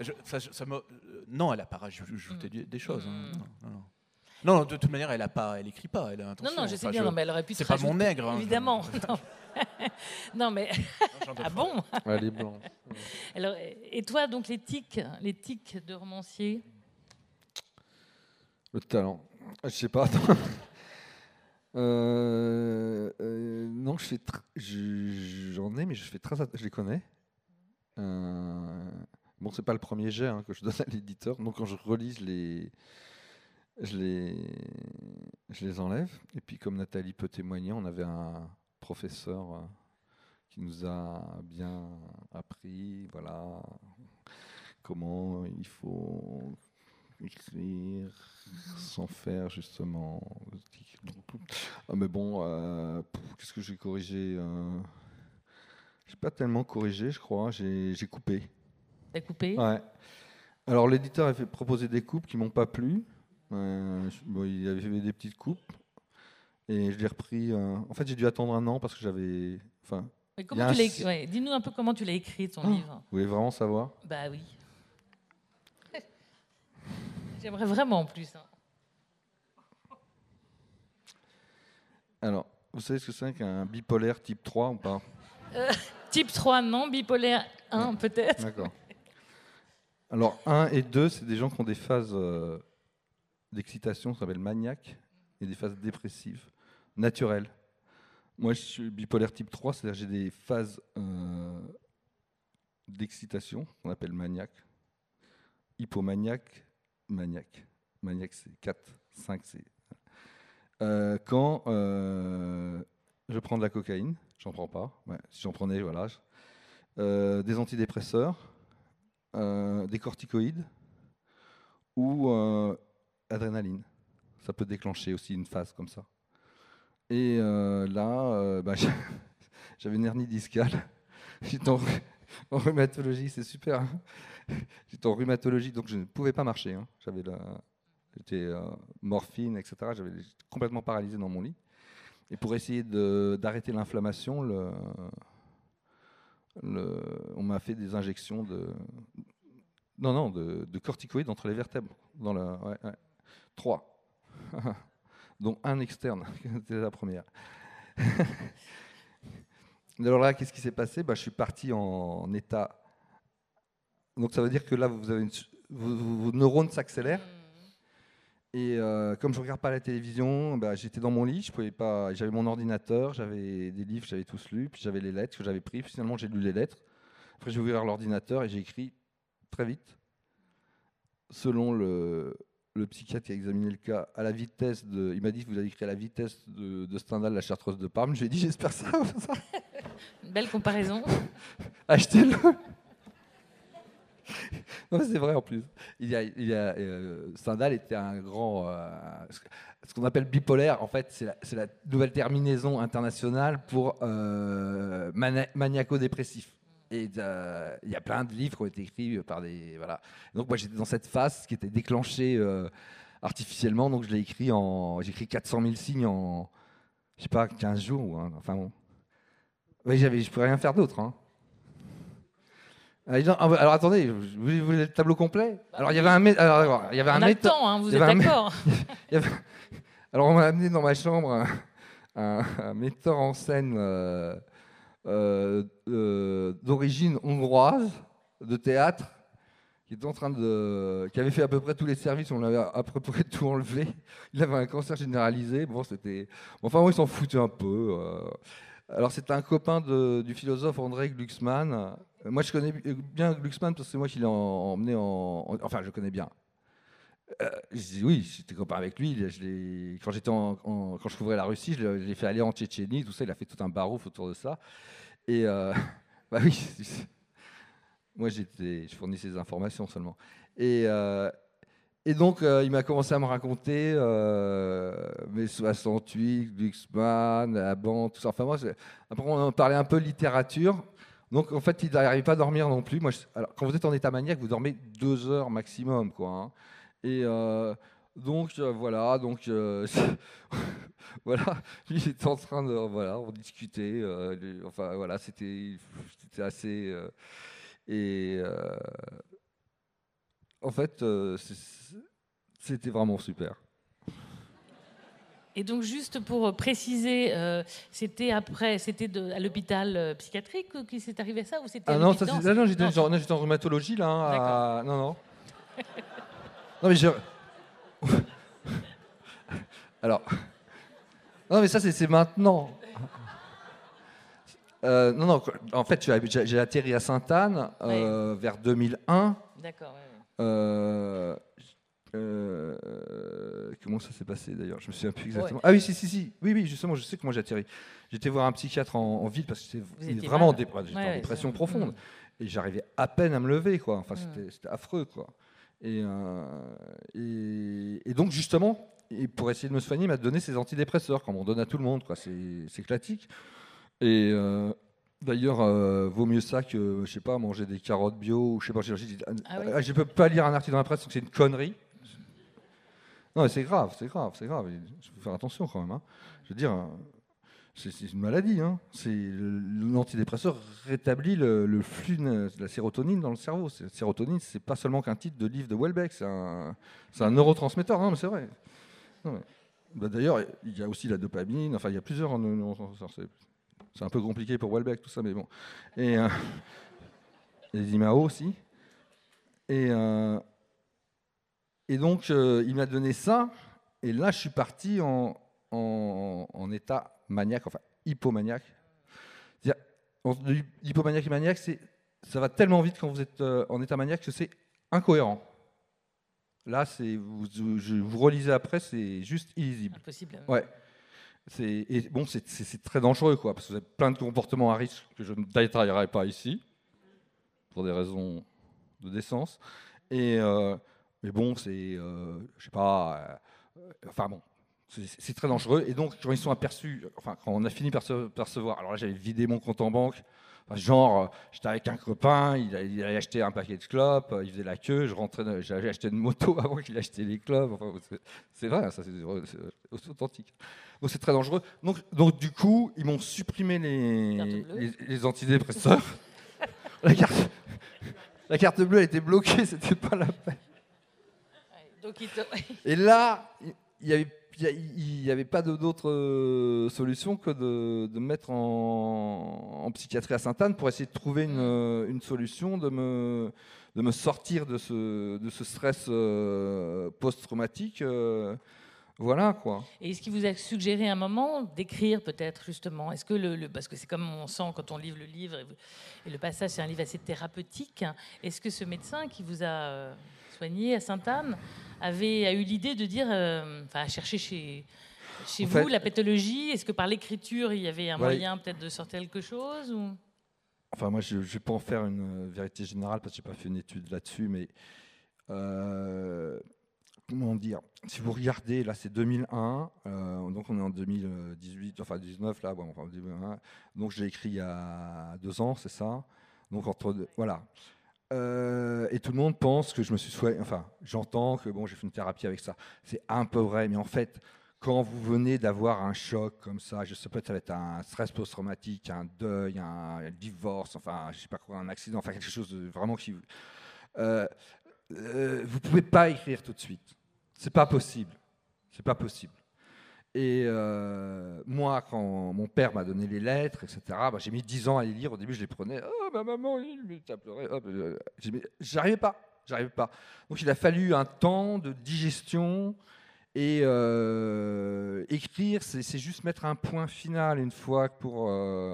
non, elle n'a pas rajouté des choses. Non, de toute manière, elle écrit pas. Elle a intention.
Non, je sais bien, non, mais elle aurait pu
C'est
te
pas
rajouter,
mon nègre.
évidemment. Non, mais...
Non,
Ah bon?
Elle est blanche.
Alors, et toi, donc, les tics de romancier?
Le talent. Je sais pas. Non, j'en ai, mais je les connais. Bon, c'est pas le premier jet que je donne à l'éditeur. Donc quand je relis, je les enlève. Et puis comme Nathalie peut témoigner, on avait un professeur qui nous a bien appris, voilà, comment il faut écrire sans faire justement. Mais bon, qu'est-ce que j'ai corrigé? J'ai pas tellement corrigé, je crois. J'ai coupé.
T'as coupé?
Ouais. Alors l'éditeur avait proposé des coupes qui m'ont pas plu. Il avait fait des petites coupes et je l'ai repris. En fait, j'ai dû attendre un an parce que j'avais. Enfin.
Mais comment dis-nous un peu comment tu l'as écrit ton livre.
Vous voulez vraiment savoir?
Bah oui. J'aimerais vraiment en plus.
Alors, vous savez ce que c'est qu'un bipolaire type 3 ou pas?
Type 3, non. Bipolaire 1,
Ouais.
peut-être.
D'accord. Alors, 1 et 2, c'est des gens qui ont des phases d'excitation, ça s'appelle maniaque, et des phases dépressives, naturelles. Moi, je suis bipolaire type 3, c'est-à-dire que j'ai des phases d'excitation, qu'on appelle maniaque, hypomaniaque, maniaque. Maniaque, c'est 4, 5, c'est... quand je prends de la cocaïne, j'en prends pas. Ouais, si j'en prenais, voilà. Des antidépresseurs, des corticoïdes ou adrénaline. Ça peut déclencher aussi une phase comme ça. Et là, j'avais une hernie discale. J'étais en rhumatologie, c'est super. Hein. J'étais en rhumatologie, donc je ne pouvais pas marcher. Hein. J'étais morphine, etc. J'étais complètement paralysé dans mon lit. Et pour essayer d'arrêter l'inflammation, on m'a fait des injections de corticoïdes entre les vertèbres. 3. Dont un externe, c'était la première. Alors là, qu'est-ce qui s'est passé ? Je suis parti en état. Donc ça veut dire que là, vos neurones s'accélèrent. Et comme je ne regarde pas la télévision, j'étais dans mon lit, je pouvais pas. J'avais mon ordinateur, j'avais des livres, j'avais tous lus, puis j'avais les lettres que j'avais prises. Finalement, j'ai lu les lettres. Après, j'ai ouvert l'ordinateur et j'ai écrit très vite, selon le psychiatre qui a examiné le cas, à la vitesse de. Il m'a dit que vous avez écrit à la vitesse de Stendhal, la Chartreuse de Parme. Je lui ai dit, j'espère ça.
Une belle comparaison.
Achetez-le. Non, c'est vrai en plus. Stendhal était un grand, ce qu'on appelle bipolaire. En fait, c'est la nouvelle terminaison internationale pour maniaco-dépressif. Et il y a plein de livres qui ont été écrits par des Donc moi j'étais dans cette phase qui était déclenchée artificiellement. Donc j'ai écrit 400 000 signes en, je sais pas, 15 jours. Hein, enfin bon. Oui, je pouvais rien faire d'autre. Hein. Alors attendez, vous voulez le tableau complet ? Alors il y avait un metteur.
On a le temps, hein, vous êtes d'accord ?
Alors on m'a amené dans ma chambre un metteur en scène d'origine hongroise de théâtre qui avait fait à peu près tous les services. On l'avait à peu près tout enlevé. Il avait un cancer généralisé. Enfin, il s'en foutait un peu. Alors c'était un copain du philosophe André Glucksmann. Moi je connais bien Glucksmann parce que c'est moi qui l'ai emmené enfin je connais bien. Oui, j'étais copain avec lui. Quand je couvrais la Russie, je l'ai fait aller en Tchétchénie, tout ça. Il a fait tout un barouf autour de ça. Et oui, moi je fournissais ces informations seulement. Et donc il m'a commencé à me raconter mes 68, Glucksmann, la bande, tout ça. Enfin moi, après on parlait un peu littérature. Donc en fait, il n'arrivait pas à dormir non plus. Alors, quand vous êtes en état maniaque, vous dormez 2 heures maximum, quoi. Hein. Et donc voilà, voilà, lui il était en train de on discutait, enfin voilà, c'était assez en fait c'était vraiment super.
Et donc, juste pour préciser, c'était à l'hôpital psychiatrique qu'il s'est arrivé ça ou c'était
non, j'étais en rhumatologie là. Hein, non. Non mais alors, non mais ça c'est maintenant. Non, en fait j'ai atterri à Sainte-Anne vers 2001.
D'accord.
Comment ça s'est passé d'ailleurs ? Je me souviens plus exactement. Ah oui, si. Oui, justement, je sais comment j'ai atterri. J'étais voir un psychiatre en ville parce que j'étais vraiment en dépression profonde. Et j'arrivais à peine à me lever, quoi. Enfin, c'était affreux, quoi. Et donc, justement, pour essayer de me soigner, il m'a donné ses antidépresseurs, comme on donne à tout le monde, quoi. C'est classique. Et d'ailleurs, vaut mieux ça que, je sais pas, manger des carottes bio, ou je sais pas. Je peux pas lire un article dans la presse, donc c'est une connerie. Non, mais c'est grave. Il faut faire attention quand même. Hein. Je veux dire, c'est une maladie. Hein. L'antidépresseur rétablit le flux de la sérotonine dans le cerveau. La sérotonine, c'est pas seulement qu'un titre de livre de Houellebecq, c'est un neurotransmetteur. Non, mais c'est vrai. D'ailleurs, il y a aussi la dopamine. Enfin, il y a plusieurs. C'est un peu compliqué pour Houellebecq, tout ça, mais bon. Et les IMAO aussi. Et donc, il m'a donné ça, et là, je suis parti en état maniaque, enfin hypomaniaque. Hypomaniaque et maniaque, ça va tellement vite quand vous êtes en état maniaque que c'est incohérent. Là, vous relisez après, c'est juste illisible.
Impossible.
Ouais. Et bon, c'est très dangereux, quoi, parce que vous avez plein de comportements à risque que je ne détaillerai pas ici, pour des raisons de décence. Mais bon, je sais pas. Enfin bon, C'est très dangereux. Et donc, quand ils sont aperçus, enfin, quand on a fini par se percevoir, alors là, j'avais vidé mon compte en banque. Enfin, genre, j'étais avec un copain, il allait acheter un paquet de clopes, il faisait la queue, j'avais acheté une moto avant qu'il achète les clopes. Enfin, c'est vrai, ça, c'est authentique. Donc, c'est très dangereux. Donc, du coup, ils m'ont supprimé les antidépresseurs. La carte bleue a été bloquée, c'était pas la peine. Et là, il n'y avait pas d'autre solution que de me mettre en psychiatrie à Sainte-Anne pour essayer de trouver une solution, de me sortir de ce stress post-traumatique. Voilà, quoi.
Et est-ce qu'il vous a suggéré un moment d'écrire peut-être justement? Est-ce que parce que c'est comme on sent quand on livre le livre, et le passage c'est un livre assez thérapeutique, est-ce que ce médecin qui vous a soigné à Sainte-Anne a eu l'idée de dire, à chercher chez vous la pathologie? Est-ce que par l'écriture il y avait un moyen peut-être de sortir quelque chose ou...
Enfin, moi je ne vais pas en faire une vérité générale parce que je n'ai pas fait une étude là-dessus, mais comment dire, si vous regardez, là c'est 2001, donc on est en 2018, enfin 19 là, bon, enfin 2001, donc j'ai écrit il y a 2 ans, c'est ça. Donc voilà. Et tout le monde pense que je me suis soigné, enfin j'entends que bon, j'ai fait une thérapie avec ça. C'est un peu vrai, mais en fait, quand vous venez d'avoir un choc comme ça, je sais pas, ça va être un stress post-traumatique, un deuil, un divorce, enfin je sais pas quoi, un accident, enfin quelque chose de vraiment qui... vous pouvez pas écrire tout de suite. C'est pas possible. C'est pas possible. Et moi, quand mon père m'a donné les lettres, etc., j'ai mis 10 ans à les lire. Au début, je les prenais. Oh, ma maman, ça pleurait. J'arrivais pas. Donc, il a fallu un temps de digestion. Et écrire, c'est juste mettre un point final une fois pour...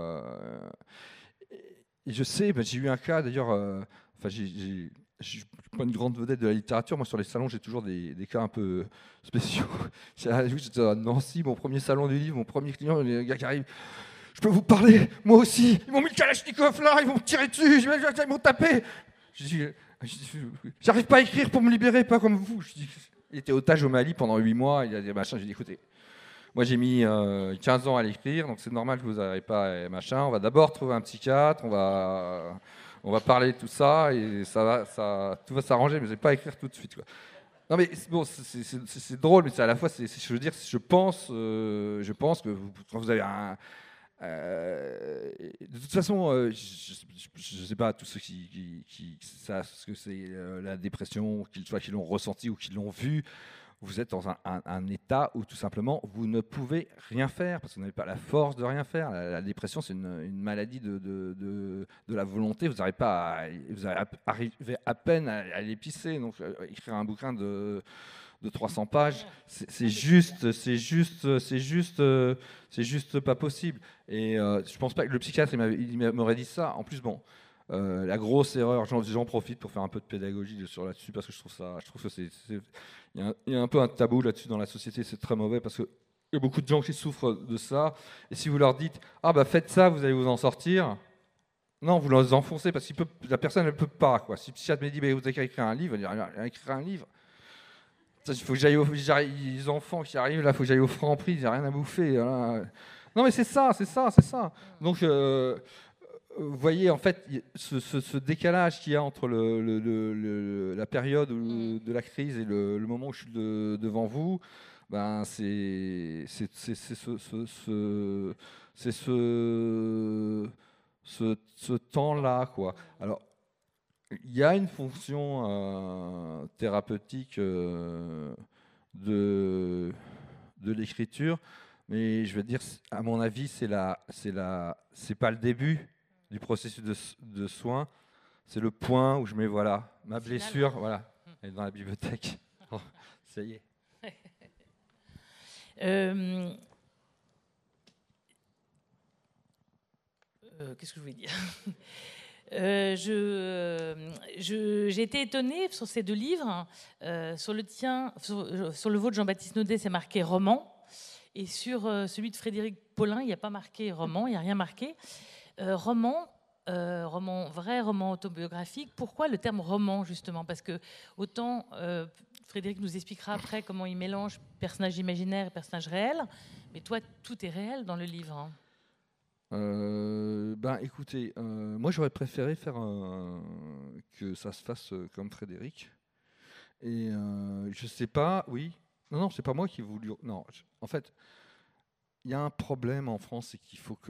Et je sais, j'ai eu un cas, d'ailleurs... je ne suis pas une grande vedette de la littérature. Moi, sur les salons, j'ai toujours des cas un peu spéciaux. J'étais à Nancy, mon premier salon du livre, mon premier client, les gars qui arrivent. Je peux vous parler, moi aussi. Ils m'ont mis le Kalachnikov là, ils m'ont tiré dessus, ils m'ont tapé. Je dis, j'arrive pas à écrire pour me libérer, pas comme vous. Il était otage au Mali pendant 8 mois. Il a dit machin. J'ai dit, écoutez, moi j'ai mis 15 ans à l'écrire, donc c'est normal que vous n'arrivez pas machin. On va d'abord trouver un psychiatre, on va parler de tout ça et tout va s'arranger, mais je vais pas écrire tout de suite, quoi. Non mais bon, c'est drôle, mais c'est à la fois, je veux dire, je pense que quand vous avez un... de toute façon, je ne sais pas, tous ceux qui savent ce que c'est la dépression, soit qu'ils l'ont ressenti ou qu'ils l'ont vu, vous êtes dans un état où tout simplement vous ne pouvez rien faire parce que vous n'avez pas la force de rien faire. La dépression, c'est une maladie de la volonté. Vous n'arrivez pas vous arrivez à peine à l'épicer. Donc écrire un bouquin de 300 pages, c'est juste pas possible. Et je pense pas que le psychiatre il m'aurait dit ça. En plus, bon. La grosse erreur, j'en profite pour faire un peu de pédagogie là-dessus parce que je trouve que il y a un peu un tabou là-dessus dans la société, c'est très mauvais parce qu'il y a beaucoup de gens qui souffrent de ça. Et si vous leur dites faites ça, vous allez vous en sortir, non, vous les enfoncez parce que la personne ne peut pas, quoi. Si le psychiatre me dit vous avez qu'à écrire un livre, il va écrire un livre. Il faut que les enfants qui arrivent là, il faut que j'aille au Franprix, il n'y a rien à bouffer. Voilà. Non mais c'est ça. Donc vous voyez, en fait, ce décalage qu'il y a entre la période de la crise et le moment où je suis devant vous, c'est ce temps-là, quoi. Alors, il y a une fonction thérapeutique de l'écriture, mais je veux dire, à mon avis, c'est pas le début du processus de soins, c'est le point où je mets ma blessure, elle est dans la bibliothèque. Oh, ça y est.
Qu'est-ce que je voulais dire? J'ai été étonnée sur ces 2 livres. Sur le tien, sur le vôtre, Jean-Baptiste Naudet, c'est marqué roman. Et sur celui de Frédéric Paulin, il n'y a pas marqué roman, il n'y a rien marqué. Roman, vrai roman autobiographique. Pourquoi le terme roman, justement? Parce que autant Frédéric nous expliquera après comment il mélange personnages imaginaires et personnages réels. Mais toi, tout est réel dans le livre. Hein.
Écoutez, moi j'aurais préféré que ça se fasse comme Frédéric. Et je sais pas, oui. Non, c'est pas moi qui ai voulu. Non, en fait, il y a un problème en France, c'est qu'il faut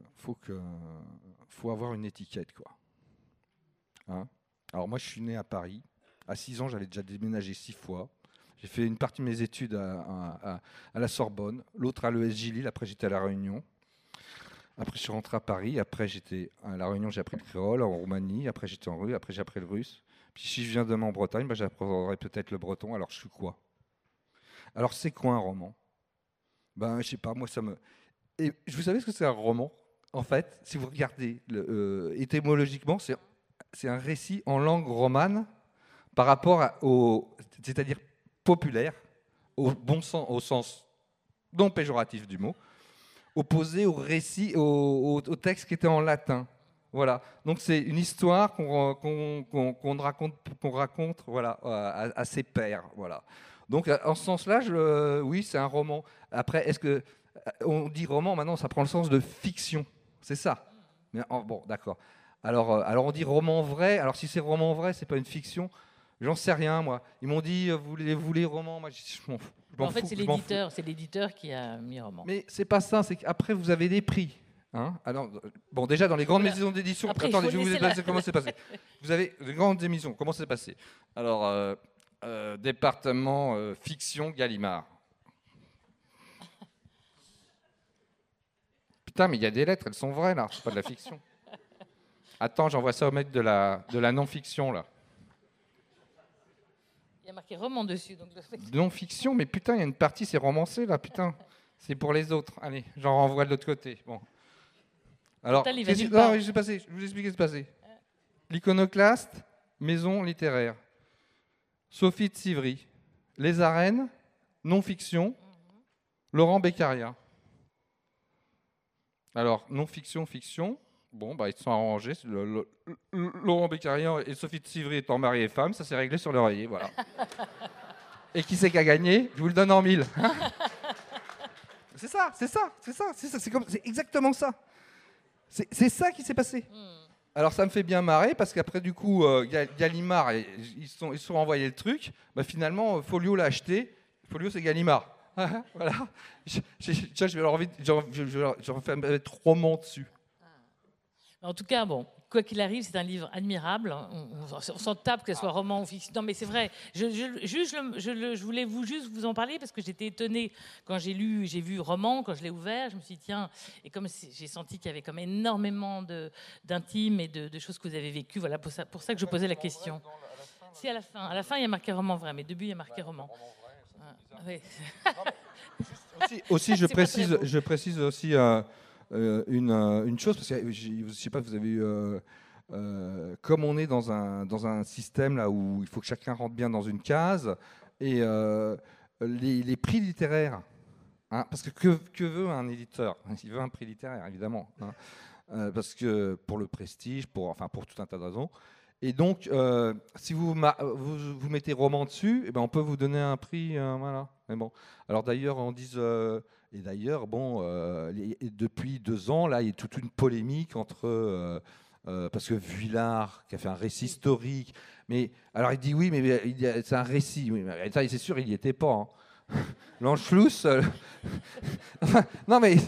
avoir une étiquette, quoi. Hein. Alors moi, je suis né à Paris. À 6 ans, j'avais déjà déménagé 6 fois. J'ai fait une partie de mes études à la Sorbonne, l'autre à l'ESJ Lille. Après, j'étais à La Réunion. Après, je suis rentré à Paris. Après, j'étais à La Réunion, j'ai appris le créole, en Roumanie. Après, j'étais en Russie. Après, j'ai appris le russe. Puis, si je viens demain en Bretagne, j'apprendrai peut-être le breton. Alors, je suis quoi? Alors, c'est quoi un roman? Je sais pas, moi, ça me... Et vous savez ce que c'est un roman? En fait, si vous regardez étymologiquement, c'est un récit en langue romane par rapport c'est-à-dire populaire, au sens non péjoratif du mot, opposé au récit, au texte qui était en latin. Voilà. Donc c'est une histoire qu'on raconte voilà, à ses pairs. Voilà. Donc en ce sens-là, oui, c'est un roman. Après, est-ce que on dit roman maintenant, ça prend le sens de fiction, c'est ça. Mais, bon, d'accord. Alors on dit roman vrai. Alors si c'est roman vrai, c'est pas une fiction. J'en sais rien, moi. Ils m'ont dit, vous voulez roman? Moi, je m'en fous.
En fait, c'est l'éditeur qui a mis roman.
Mais c'est pas ça, c'est qu'après, vous avez des prix. Hein. Alors, bon, déjà, dans les grandes maisons d'édition... Attendez, je vais vous expliquer comment c'est passé. Vous avez les grandes émissions, comment c'est passé? Alors, département fiction Gallimard. Putain, mais il y a des lettres, elles sont vraies, là. C'est pas de la fiction. Attends, j'envoie ça au mec de la non-fiction, là.
Il y a marqué roman dessus. Donc
non-fiction, mais putain, il y a une partie, c'est romancé, là, putain. C'est pour les autres. Allez, j'en renvoie de l'autre côté. Bon. Alors, je vous explique ce qui s'est passé. L'Iconoclaste, maison littéraire. Sophie de Sivry. Les Arènes, non-fiction. Laurent Beccaria. Alors, non-fiction, fiction. Bon, ils se sont arrangés. Laurent Beccaria et Sophie de Sivry étant mari et femme, ça s'est réglé sur l'oreiller, voilà. Et qui c'est qui a gagné? Je vous le donne en 1000. C'est exactement ça. C'est ça qui s'est passé. Alors ça me fait bien marrer parce qu'après du coup Gallimard ils sont envoyés le truc. Finalement Folio l'a acheté. Folio c'est Gallimard. Voilà. Je vais leur envie, j'en fais mettre roman dessus.
En tout cas, bon, quoi qu'il arrive, c'est un livre admirable. On s'en tape, que ce soit roman ou fiction. Non, mais c'est vrai. Je voulais juste vous en parler parce que j'étais étonnée quand j'ai vu roman, quand je l'ai ouvert. Je me suis dit, tiens, et comme j'ai senti qu'il y avait comme énormément d'intime et de choses que vous avez vécues, voilà, pour ça que je posais la question. Si, à la fin. À la fin, il y a marqué roman vrai, mais au début, il y a marqué roman. Oui.
Aussi, je précise aussi une chose, parce que je ne sais pas, vous avez eu... comme on est dans un système là où il faut que chacun rentre bien dans une case, et les prix littéraires, hein, parce que veut un éditeur? Il veut un prix littéraire, évidemment, hein, parce que pour le prestige, pour tout un tas de raisons. Et donc, si vous mettez roman dessus, on peut vous donner un prix, voilà. Mais bon, alors d'ailleurs, on dit... Et d'ailleurs, depuis 2 ans, là, il y a toute une polémique entre... parce que Vuillard, qui a fait un récit historique, mais alors il dit oui, mais c'est un récit. Oui, mais ça, c'est sûr, il n'y était pas. Hein. L'Anschluss... non, mais...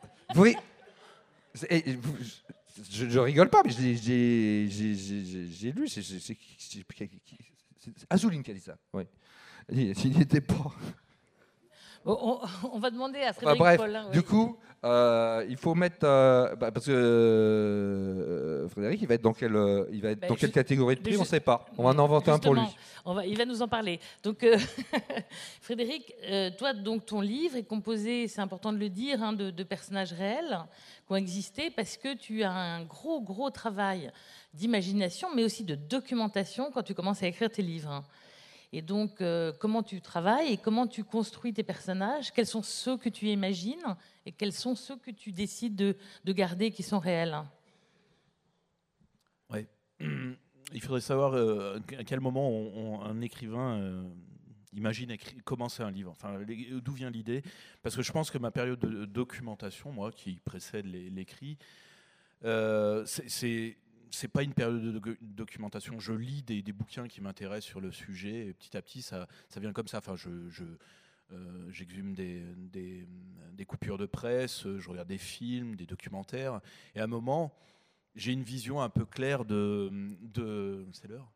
Je rigole pas, mais j'ai lu. C'est Azoulin qui a dit ça. Oui. Il n'y était pas...
On va demander à Frédéric Paulin.
Du coup, il faut mettre... parce que Frédéric, il va être dans quelle catégorie de prix, on ne sait pas. On va en inventer un pour lui.
Il va nous en parler. Donc, Frédéric, toi, donc, ton livre est composé, c'est important de le dire, hein, de personnages réels qui ont existé parce que tu as un gros travail d'imagination, mais aussi de documentation quand tu commences à écrire tes livres. Et donc, comment tu travailles et comment tu construis tes personnages? Quels sont ceux que tu imagines et quels sont ceux que tu décides de garder qui sont réels?
Oui. Il faudrait savoir à quel moment un écrivain imagine commencer un livre. Enfin, d'où vient l'idée? Parce que je pense que ma période de documentation, moi, qui précède l'écrit, c'est pas une période de documentation. Je lis des bouquins qui m'intéressent sur le sujet, et petit à petit, ça vient comme ça. Enfin, j'exhume des coupures de presse, je regarde des films, des documentaires, et à un moment, j'ai une vision un peu claire de c'est l'heure.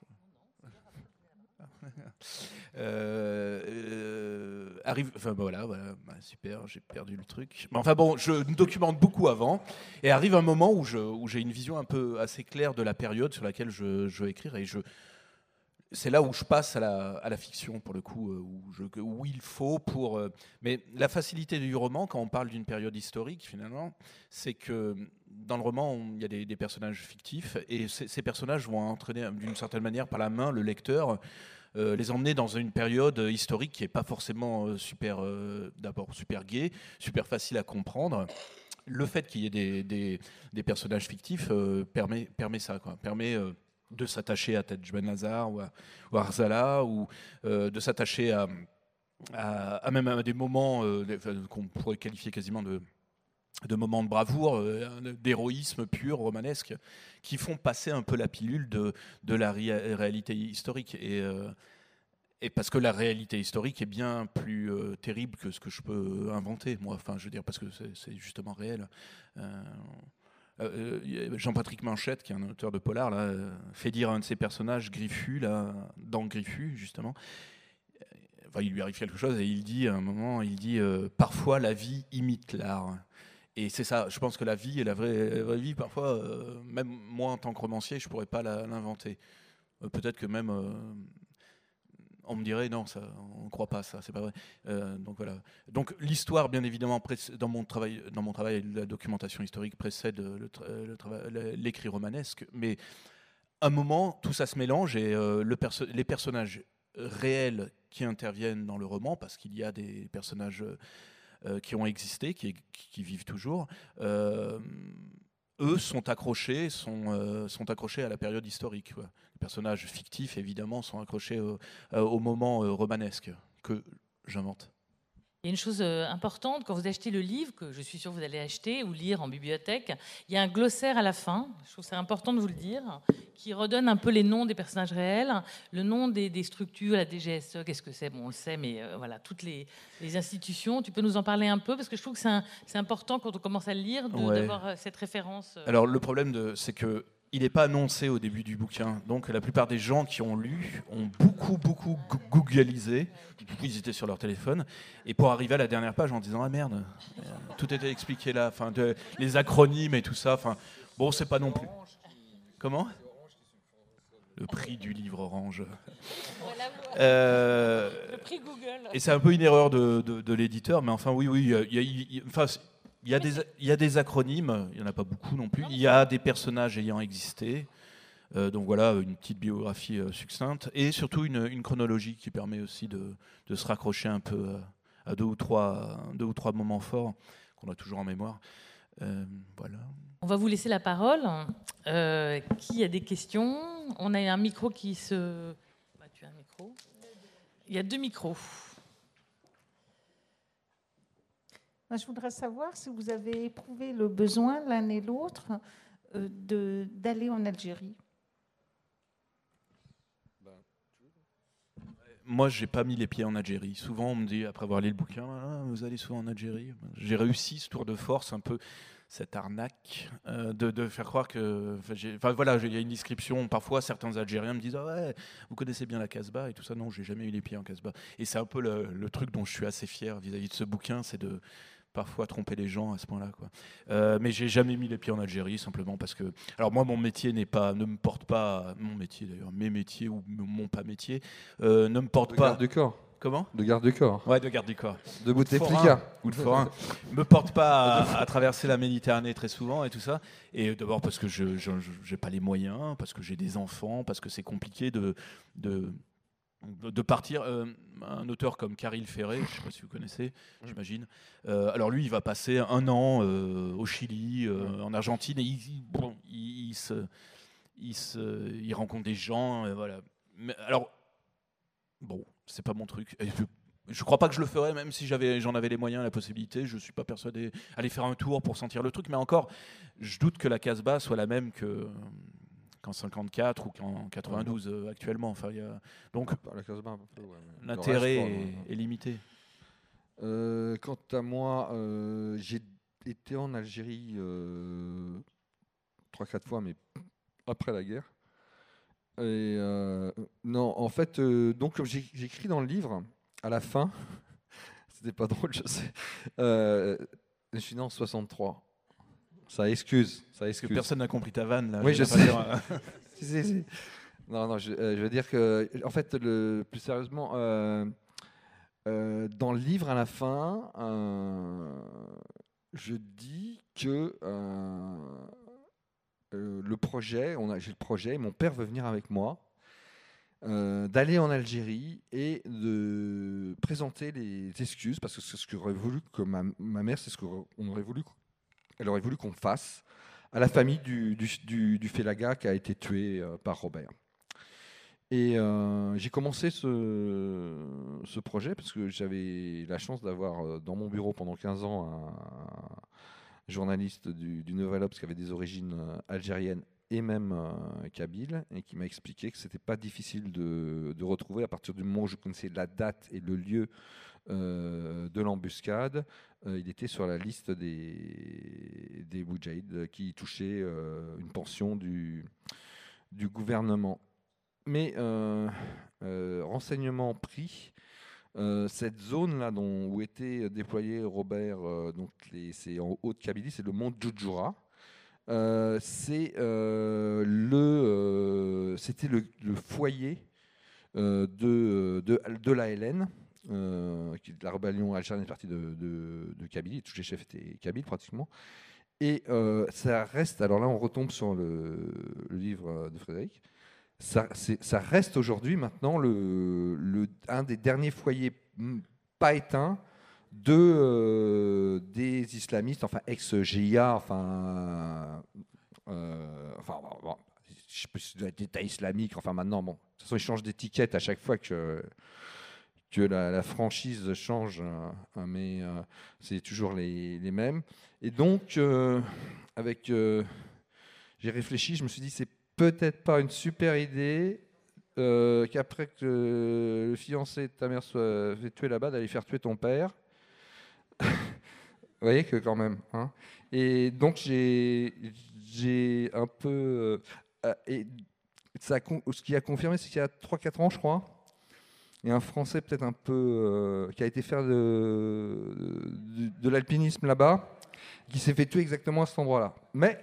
Enfin voilà, super, j'ai perdu le truc. Mais enfin bon, je documente beaucoup avant, et arrive un moment où j'ai une vision un peu assez claire de la période sur laquelle je vais écrire, et c'est là où je passe à la fiction pour le coup, où il faut pour. Mais la facilité du roman, quand on parle d'une période historique, finalement, c'est que dans le roman, il y a des personnages fictifs, et ces personnages vont entraîner d'une certaine manière par la main le lecteur. Les emmener dans une période historique qui n'est pas forcément d'abord super gaie, super facile à comprendre. Le fait qu'il y ait des personnages fictifs permet ça, quoi. Permet de s'attacher à Tej Ben Lazar ou à Arzala, ou de s'attacher à même à des moments qu'on pourrait qualifier quasiment de moments de bravoure, d'héroïsme pur, romanesque, qui font passer un peu la pilule de la réalité historique. Et parce que la réalité historique est bien plus terrible que ce que je peux inventer, moi. Enfin, je veux dire, parce que c'est justement réel. Jean-Patrick Manchette, qui est un auteur de polar, là, fait dire à un de ses personnages, Griffu, là, dans Griffu, justement, enfin, il lui arrive quelque chose et il dit, à un moment, parfois la vie imite l'art. Et c'est ça, je pense que la vie et la vraie vie, parfois, même moi en tant que romancier, je ne pourrais pas l'inventer. Peut-être que même, on me dirait, non, ça, on ne croit pas ça, c'est pas vrai. Donc voilà. Donc l'histoire, bien évidemment, dans mon travail, la documentation historique précède l'écrit romanesque, mais à un moment, tout ça se mélange, et les personnages réels qui interviennent dans le roman, parce qu'il y a des personnages qui ont existé, qui vivent toujours, eux sont accrochés à la période historique, quoi. Les personnages fictifs, évidemment, sont accrochés au moment romanesque que j'invente.
Il y a une chose importante, quand vous achetez le livre, que je suis sûre que vous allez acheter ou lire en bibliothèque, il y a un glossaire à la fin, je trouve que c'est important de vous le dire, qui redonne un peu les noms des personnages réels, le nom des structures, la DGSE, qu'est-ce que c'est? Bon, on le sait, mais voilà, toutes les institutions. Tu peux nous en parler un peu? Parce que je trouve que c'est important, quand on commence à le lire, d'avoir cette référence.
Alors, le problème, c'est que il n'est pas annoncé au début du bouquin. Donc la plupart des gens qui ont lu ont beaucoup googlisé. Du coup, ils étaient sur leur téléphone. Et pour arriver à la dernière page en disant « Ah merde, tout était expliqué là. » Enfin, les acronymes et tout ça. Enfin, bon, c'est pas non plus... Comment ? Le prix du livre orange.
Le prix Google.
Et c'est un peu une erreur de l'éditeur. Mais enfin, oui, il y a des acronymes, il n'y en a pas beaucoup non plus. Il y a des personnages ayant existé. Donc voilà, une petite biographie succincte. Et surtout une chronologie qui permet aussi de se raccrocher un peu à deux ou trois moments forts qu'on a toujours en mémoire. Voilà.
On va vous laisser la parole. Qui a des questions? On a un micro qui se... Bah, tu as un micro. Il y a 2 micros.
Je voudrais savoir si vous avez éprouvé le besoin, l'un et l'autre, d'aller en Algérie.
Moi, j'ai pas mis les pieds en Algérie. Souvent, on me dit, après avoir lu le bouquin, vous allez souvent en Algérie. J'ai réussi ce tour de force, un peu cette arnaque de faire croire que... Enfin voilà, il y a une description. Parfois, certains Algériens me disent, ouais, vous connaissez bien la Casbah et tout ça. Non, j'ai jamais eu les pieds en Casbah. Et c'est un peu le truc dont je suis assez fier vis-à-vis de ce bouquin, c'est de parfois tromper les gens à ce point-là, quoi. Mais j'ai jamais mis les pieds en Algérie, simplement parce que... Alors moi, mon métier ne me porte pas... Mon métier, d'ailleurs, mes métiers ou mon pas métier, ne me porte pas...
De garde du corps.
Comment ?
De garde du corps.
Ouais, de garde du corps.
De Bouteflika.
Ou de forain. Me porte pas à traverser la Méditerranée très souvent et tout ça. Et d'abord parce que je n'ai pas les moyens, parce que j'ai des enfants, parce que c'est compliqué de partir. Un auteur comme Caril Ferré, je ne sais pas si vous connaissez, j'imagine. Alors lui, il va passer 1 an au Chili, en Argentine, et il rencontre des gens. Voilà. Mais, alors, bon, c'est pas mon truc. Et je crois pas que je le ferais, même si j'en avais les moyens, la possibilité. Je suis pas persuadé aller faire un tour pour sentir le truc, mais encore, je doute que la Casbah soit la même qu'en 54 ou qu'en 92 actuellement. Enfin, donc
La Casbah, un peu, ouais,
l'intérêt est limité.
Quant à moi, j'ai été en Algérie 3-4 fois, mais après la guerre. Et non, en fait, donc comme j'écris dans le livre, à la fin, c'était pas drôle, je sais. Je suis né en 63. Ça excuse.
Parce que personne n'a compris ta vanne là.
Oui, je sais. Si. Non, je veux dire que, en fait, plus sérieusement, dans le livre à la fin, je dis que le projet, j'ai le projet, mon père veut venir avec moi, d'aller en Algérie et de présenter les excuses, parce que c'est ce qu'aurait voulu que ma mère, c'est ce qu'on aurait voulu, elle aurait voulu qu'on fasse à la famille du Félaga qui a été tué par Robert. Et j'ai commencé ce projet parce que j'avais la chance d'avoir dans mon bureau pendant 15 ans un journaliste du Nouvel Obs qui avait des origines algériennes et même kabyle, et qui m'a expliqué que c'était pas difficile de retrouver à partir du moment où je connaissais la date et le lieu de l'embuscade. Il était sur la liste des Moudjahid qui touchaient une pension du gouvernement. Mais renseignements pris, cette zone-là où était déployé Robert, c'est en Haute-Kabylie, c'est le mont Djoudjoura. C'était le foyer de l'ALN, la rébellion algérienne est partie de Kabylie, tous les chefs étaient kabyles pratiquement. Et ça reste, alors là on retombe sur le livre de Frédéric, ça reste aujourd'hui maintenant un des derniers foyers pas éteints des islamistes, enfin ex-GIA, bon, je sais pas si c'est d'État islamique, enfin maintenant, bon, de toute façon ils changent d'étiquette à chaque fois que la franchise change, mais c'est toujours les mêmes. Et donc, j'ai réfléchi, je me suis dit, c'est peut-être pas une super idée qu'après que le fiancé de ta mère soit fait tuer là-bas, d'aller faire tuer ton père. Vous voyez que quand même. Hein. Et donc j'ai un peu... et ce qui a confirmé, c'est qu'il y a 3-4 ans, je crois, il y a un Français peut-être un peu... qui a été faire de l'alpinisme là-bas, qui s'est fait tuer exactement à cet endroit-là. Mais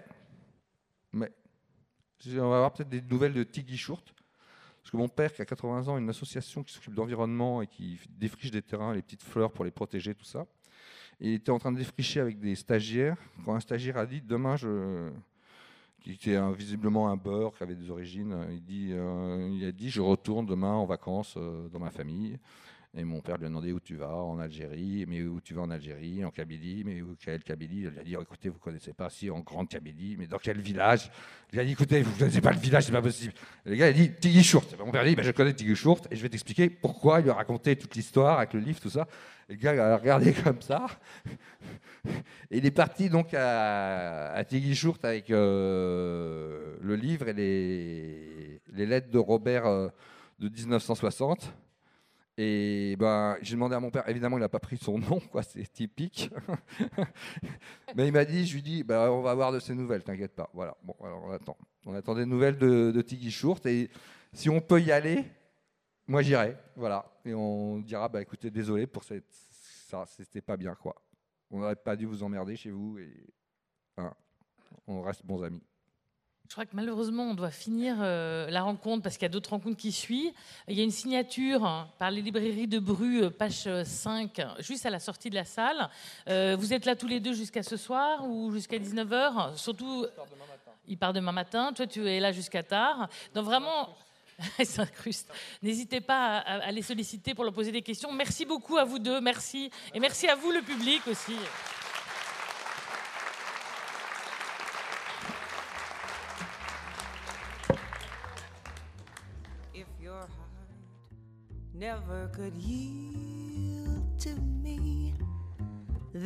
on va avoir peut-être des nouvelles de Tigui Chourt. Parce que mon père, qui a 80 ans, a une association qui s'occupe d'environnement et qui défriche des terrains, les petites fleurs pour les protéger, tout ça. Et il était en train de défricher avec des stagiaires. Quand un stagiaire a dit, demain, qui était visiblement un beurre, qui avait des origines, il a dit, je retourne demain en vacances dans ma famille. Et mon père lui a demandé où tu vas en Algérie, mais où tu vas en Algérie, en Kabylie, mais où quelle Kabylie? Il a dit écoutez, vous ne connaissez pas, si en grande Kabylie, mais dans quel village? Il a dit écoutez, vous ne connaissez pas le village, c'est pas possible. Et le gars a dit Tigui Chourt. Mon père a dit je connais Tigui Chourt et je vais t'expliquer pourquoi. Il lui a raconté toute l'histoire avec le livre, tout ça. Et le gars a regardé comme ça. Et il est parti donc à Tigui Chourt avec le livre et les lettres de Robert de 1960. Et j'ai demandé à mon père, évidemment il n'a pas pris son nom, quoi, c'est typique. Mais il m'a dit, je lui dis, on va avoir de ses nouvelles, t'inquiète pas. Voilà, bon, alors on attend des nouvelles de Tigui Chourt, et si on peut y aller, moi j'irai, voilà. Et on dira, écoutez, désolé pour ça, c'était pas bien, quoi. On n'aurait pas dû vous emmerder chez vous, et on reste bons amis.
Je crois que malheureusement, on doit finir la rencontre parce qu'il y a d'autres rencontres qui suivent. Il y a une signature par les librairies de Bru, page 5, juste à la sortie de la salle. Vous êtes là tous les deux jusqu'à ce soir ou jusqu'à 19h? Surtout, il part demain matin. Toi, tu es là jusqu'à tard. Donc vraiment... Il s'incruste. N'hésitez pas à les solliciter pour leur poser des questions. Merci beaucoup à vous deux. Merci. Et merci à vous, le public aussi.
never could yield to me.